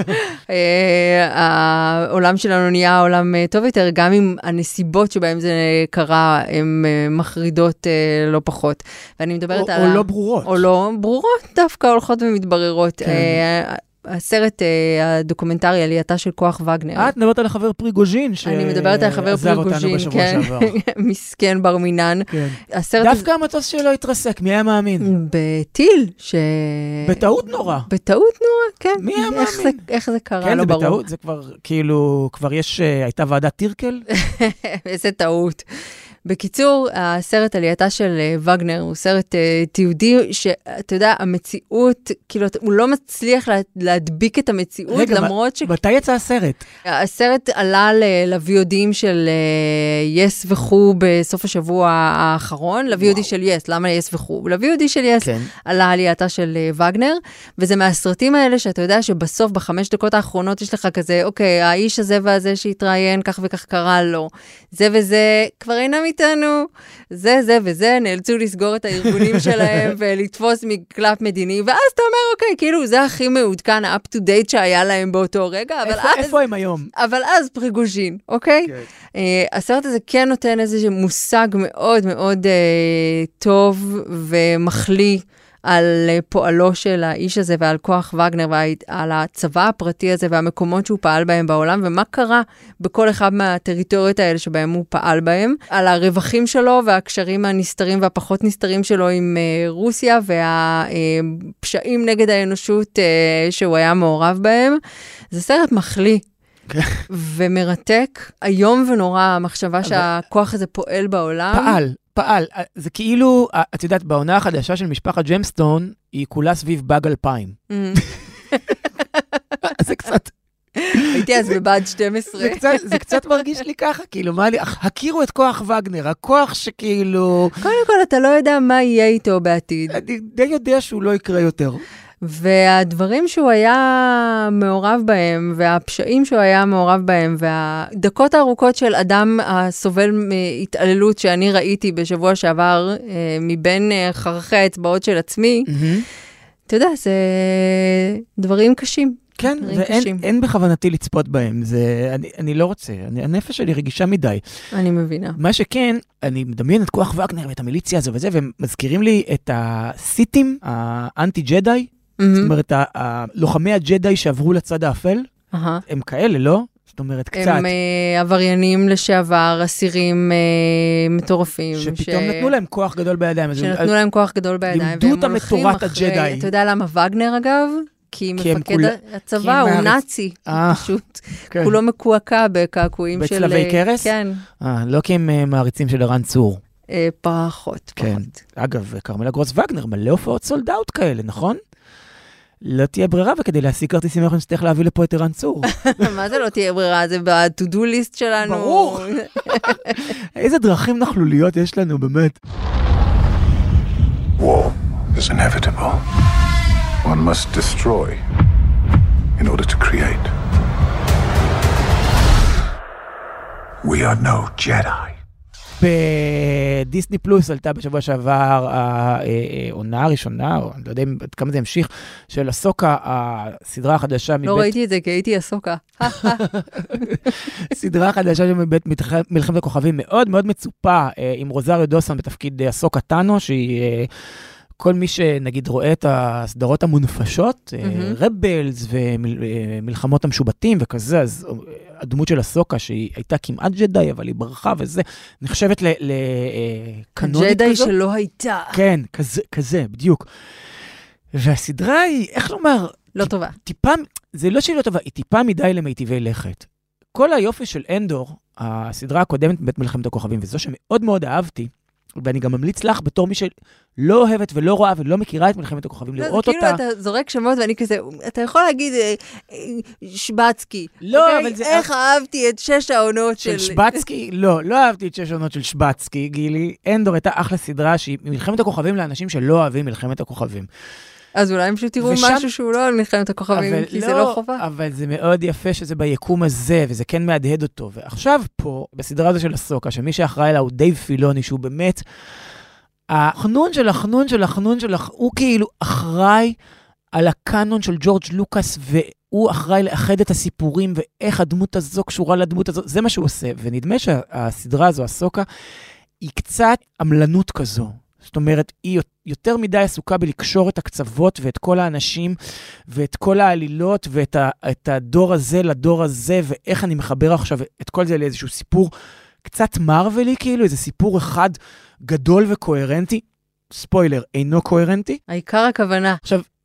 העולם שלנו נהיה עולם טוב יותר, גם אם הנסיבות שבהם זה קרה, הן מחרידות לא פחות. ואני מדברת או, על... או לא ברורות. או לא ברורות, דווקא הולכות ומתבררות. כן. הסרט הדוקומנטרי, עלייתה של כוח וגנר. את מדברת על החבר פריגוז'ין, אני מדברת על החבר פריגוז'ין, כן. מסכן בר מינן. דווקא המטוס שלו התרסק, מי היה מאמין? בטיל, ש... בטעות נורא. בטעות נורא, כן. מי היה מאמין? איך זה קרה? כן, זה בטעות, זה כבר, כאילו, כבר יש, הייתה ועדת טירקל? איזה טעות. בקיצור, הסרט עלייתה של וגנר הוא סרט תיעודי, שאתה יודע, המציאות, כאילו, הוא לא מצליח להדביק את המציאות, רגע, למרות ש... מתי יצא הסרט? הסרט עלה לוויודים של יס וכו בסוף השבוע האחרון, לוויודי של יס, למה יס וכו? לוויודי של יס כן. עלה עלייתה של וגנר, וזה מהסרטים האלה שאתה יודע שבסוף, בחמש דקות האחרונות, יש לך כזה, אוקיי, האיש הזה והזה שהתראיין, כך וכך קרה לו, זה וזה כבר אינם איתנו, זה, זה וזה, נאלצו לסגור את הארגונים שלהם ולתפוס מקלף מדיני, ואז אתה אומר, אוקיי, כאילו, זה הכי מעודכן, ה-up to date שהיה להם באותו רגע, אבל איפה, אז... איפה הם היום? אבל אז פריגוז'ין, אוקיי? כן. Uh, הסרט הזה כן נותן איזה מושג מאוד מאוד uh, טוב ומחליא, על פועלו של האיש הזה ועל כוח וגנר ועל הצבא הפרטי הזה והמקומות שהוא פעל בהם בעולם ומה קרה בכל אחד מהטריטוריות האלה שבהם הוא פעל בהם, על הרווחים שלו והקשרים הנסתרים והפחות נסתרים שלו עם uh, רוסיה והפשעים נגד האנושות uh, שהוא היה מעורב בהם. זה סרט מחליא. ומרתק, היום ונורא המחשבה שהכוח הזה פועל בעולם. פעל. פעל, זה כאילו, את יודעת, בעונה החדשה של משפחת ג'יימסטון, היא כולה סביב באג אלפיים. זה קצת... הייתי אז בבה"ד שתים עשרה. זה קצת מרגיש לי ככה, כאילו, מה לי, הכירו את כוח וגנר, הכוח שכאילו... קודם כל, אתה לא יודע מה יהיה איתו בעתיד. אני די יודע שהוא לא יקרה יותר. והדברים שהוא היה מעורב בהם, והפשעים שהוא היה מעורב בהם, והדקות הארוכות של אדם הסובל מהתעללות שאני ראיתי בשבוע שעבר, מבין חרכי האצבעות של עצמי, אתה יודע, זה דברים קשים. כן, ואין בכוונתי לצפות בהם, זה, אני, אני לא רוצה, אני, הנפש שלי רגישה מדי. אני מבינה. מה שכן, אני מדמיין את כוח וגנר ואת המיליציה הזו וזה, והם מזכירים לי את הסיטים, האנטי-ג'די, זאת אומרת, לוחמי הג'די שעברו לצד האפל, הם כאלה, לא? זאת אומרת, קצת. הם עבריינים לשעבר, אסירים מטורפים. שפתאום נתנו להם כוח גדול בידיים. שנתנו להם כוח גדול בידיים. לימדו אותם את תורת הג'די. אתה יודע למה וגנר, אגב? כי מפקד הצבא הוא נאצי, פשוט. כולו מקועקע בקעקועים של... בצלבי קרס? כן. לא כי הם מעריצים של ערן צור. פחות, פחות. אגב, קרמלה גרוס וגנר, מלא הופעות סולד אאוט כאלה, נכון? לא תהיה ברירה, וכדי להשיג כרטיסים אנחנו נצטרך להביא לפה את ערן צור. מה זה לא תהיה ברירה? זה ב-to-do list שלנו. ברור. איזה דרכים נכלוליות יש לנו, באמת. War is inevitable. One must destroy in order to create. We are no Jedi. בדיסני פלוס עלתה בשבוע שעבר העונה הראשונה, או אני לא יודע כמה זה המשיך, של הסוקה, הסדרה החדשה מבית... לא ראיתי את זה, כי הייתי הסוקה. סדרה חדשה מבית מלחמת הכוכבים, מאוד מאוד מצופה, עם רוזריו דוסון בתפקיד הסוקה טאנו, שהיא... כל מי שנגיד רואה את הסדרות המונפשות, רבלס ומלחמות המשובטים וכזה, אז הדמות של הסוקה שהיא הייתה כמעט ג'די, אבל היא ברחה וזה, נחשבת לקנונית כזו. ג'די שלא הייתה. כן, כזה, בדיוק. והסדרה היא, איך לומר? לא טובה. טיפה, זה לא שהיא לא טובה, היא טיפה מדי למיטיבי לכת. כל היופי של אנדור, הסדרה הקודמת בבית מלחמת הכוכבים, וזו שמאוד מאוד אהבתי, ואני גם ממליץ לך בתור מי שלא אוהבת ולא רואה ולא מכירה את מלחמת הכוכבים, לראות אותה. כאילו אתה זורק שמות ואני כזה, אתה יכול להגיד שבצקי. לא, אבל זה... איך אהבתי את שש העונות של... של שבצקי? לא, לא אהבתי את שש העונות של שבצקי, גילי. אנדור הייתה אחלה סדרה שהיא מלחמת הכוכבים לאנשים שלא אוהבים מלחמת הכוכבים. אז אולי הם פשוט תראו ושם... משהו שהוא לא על מלחמת הכוכבים, כי לא, זה לא חובה. אבל זה מאוד יפה שזה ביקום הזה, וזה כן מהדהד אותו. ועכשיו פה, בסדרה הזו של הסוקה, שמי שאחראי לה הוא דייב פילוני, שהוא באמת, החנון של החנון של החנון של החנון, הוא כאילו אחראי על הקאנון של ג'ורג' לוקאס, והוא אחראי לאחד את הסיפורים, ואיך הדמות הזו קשורה לדמות הזו, זה מה שהוא עושה. ונדמה שהסדרה הזו, הסוקה, היא קצת עמלנות כזו. זאת אומרת, היא יותר מדי עסוקה בלקשור את הקצוות ואת כל האנשים ואת כל העלילות ואת ה, את הדור הזה לדור הזה, ואיך אני מחבר עכשיו את כל זה לאיזשהו סיפור קצת מרולי, כאילו, איזה סיפור אחד גדול וקוהרנטי. ספוילר, אינו קוהרנטי. העיקר הכוונה. עכשיו,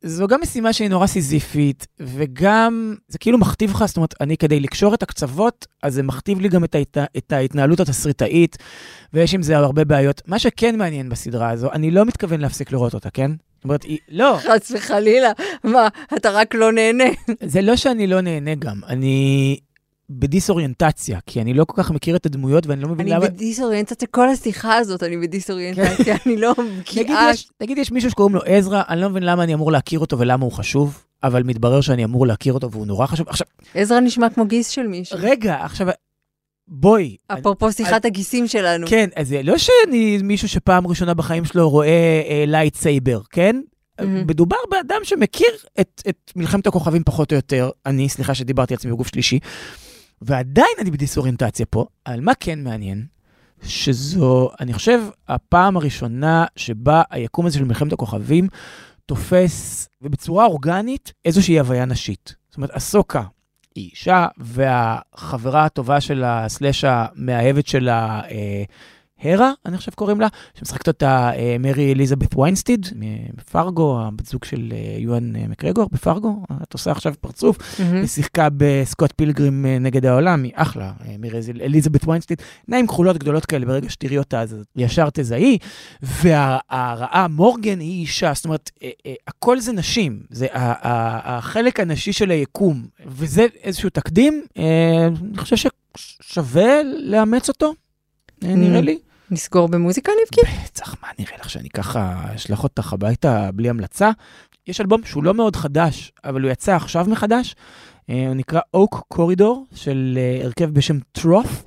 זו גם משימה שהיא נורא סיזיפית, וגם זה כאילו מכתיב לך, זאת אומרת, אני כדי לקשור את הקצוות, אז זה מכתיב לי גם את, ההת... את ההתנהלות התסריטאית, ויש עם זה הרבה בעיות. מה שכן מעניין בסדרה הזו, אני לא מתכוון להפסיק לראות אותה, כן? זאת אומרת, היא... לא. חס וחלילה, מה, אתה רק לא נהנה. זה לא שאני לא נהנה גם, אני... בדיסאוריינטציה, כי אני לא כל כך מכיר את הדמויות, ואני לא מבין למה... אני בדיסאוריינטציה, כל השיחה הזאת, אני בדיסאוריינטציה, אני לא בקיאה... נגיד, יש מישהו שקוראים לו עזרא, אני לא מבין למה אני אמור להכיר אותו ולמה הוא חשוב, אבל מתברר שאני אמור להכיר אותו והוא נורא חשוב. עכשיו... עזרא נשמע כמו גיס של מישהו. רגע, עכשיו... בואי. אפרופו שיחת הגיסים שלנו. כן, אז זה לא שאני מישהו שפעם ראשונה בחיים שלו רואה לייט סייבר, כן? מדובר באדם שמכיר את, את מלחמת הכוכבים פחות או יותר, אני, סליחה שדיברתי על עצמי בגוף שלישי, ועדיין אני בדיסאוריינטציה פה, על מה כן מעניין, שזו, אני חושב, הפעם הראשונה שבה היקום הזה של מלחמת הכוכבים תופס, ובצורה אורגנית, איזושהי הוויה נשית. זאת אומרת, הסוקה היא אישה, והחברה הטובה שלה, סלש המאהבת שלה, אה, הרה, אני חושב קוראים לה, שמשחקת אותה מרי אליזבת ויינסטיד, מפרגו, הבת זוג של יואן מקרגור בפרגו, את עושה עכשיו פרצוף, היא שיחקה בסקוט פילגרים נגד העולם, היא אחלה, מרי אליזבת ויינסטיד, נעים כחולות גדולות כאלה, ברגע שתראי אותה, אז ישר תזהי, והרעה מורגן היא אישה, זאת אומרת, הכל זה נשים, זה החלק הנשי של היקום, וזה איזשהו תקדים, אני חושב ששווה לאמץ אותו, נראה לי. נסגור במוזיקה נבקי? בטח, מה נראה לך שאני ככה אשלח אותך הביתה בלי המלצה? יש אלבום שהוא לא מאוד חדש, אבל הוא יצא עכשיו מחדש, הוא נקרא Oak Corridor, של הרכב בשם Troth,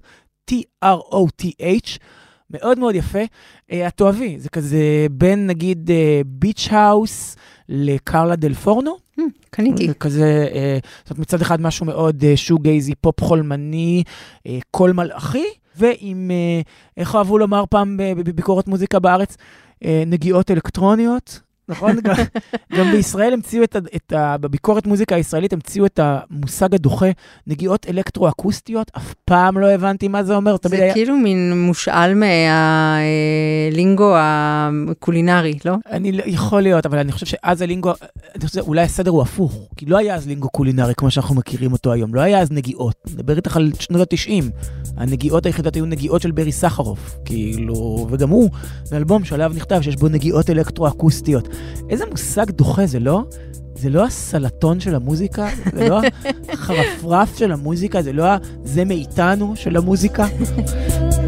T-R-O-T-H, מאוד מאוד יפה. את תאהבי, זה כזה בין נגיד ביץ' האוס לקרלה דל פורנו. קניתי. כזה, זאת אומרת מצד אחד משהו מאוד שוגייזי, פופ חולמני, קול מלאכי, ועם, איך אוהבו לומר פעם בביקורת מוזיקה בארץ, נגיעות אלקטרוניות, נכון? גם בישראל המציאו את, את ה... בביקורת מוזיקה הישראלית המציאו את המושג הדוחה, נגיעות אלקטרו-אקוסטיות, אף פעם לא הבנתי מה זה אומר. זה היה... כאילו מין מושאל מהלינגו הקולינרי, לא? אני לא, יכול להיות, אבל אני חושב שאז הלינגו, אני חושב שאולי הסדר הוא הפוך, כי לא היה אז לינגו קולינרי כמו שאנחנו מכירים אותו היום, לא היה אז נגיעות, נדבר איתך על שנות ה-תשעים, הנגיעות היחידות היו נגיעות של ברי סחרוף, כאילו, וגם הוא, באלבום שעליו נכתב שיש בו נגיעות אלקטרו-אקוסטיות. איזה מושג דוחה זה, לא? זה לא הסלטון של המוזיקה, זה לא החרפרף של המוזיקה, זה לא זה מאיתנו של המוזיקה.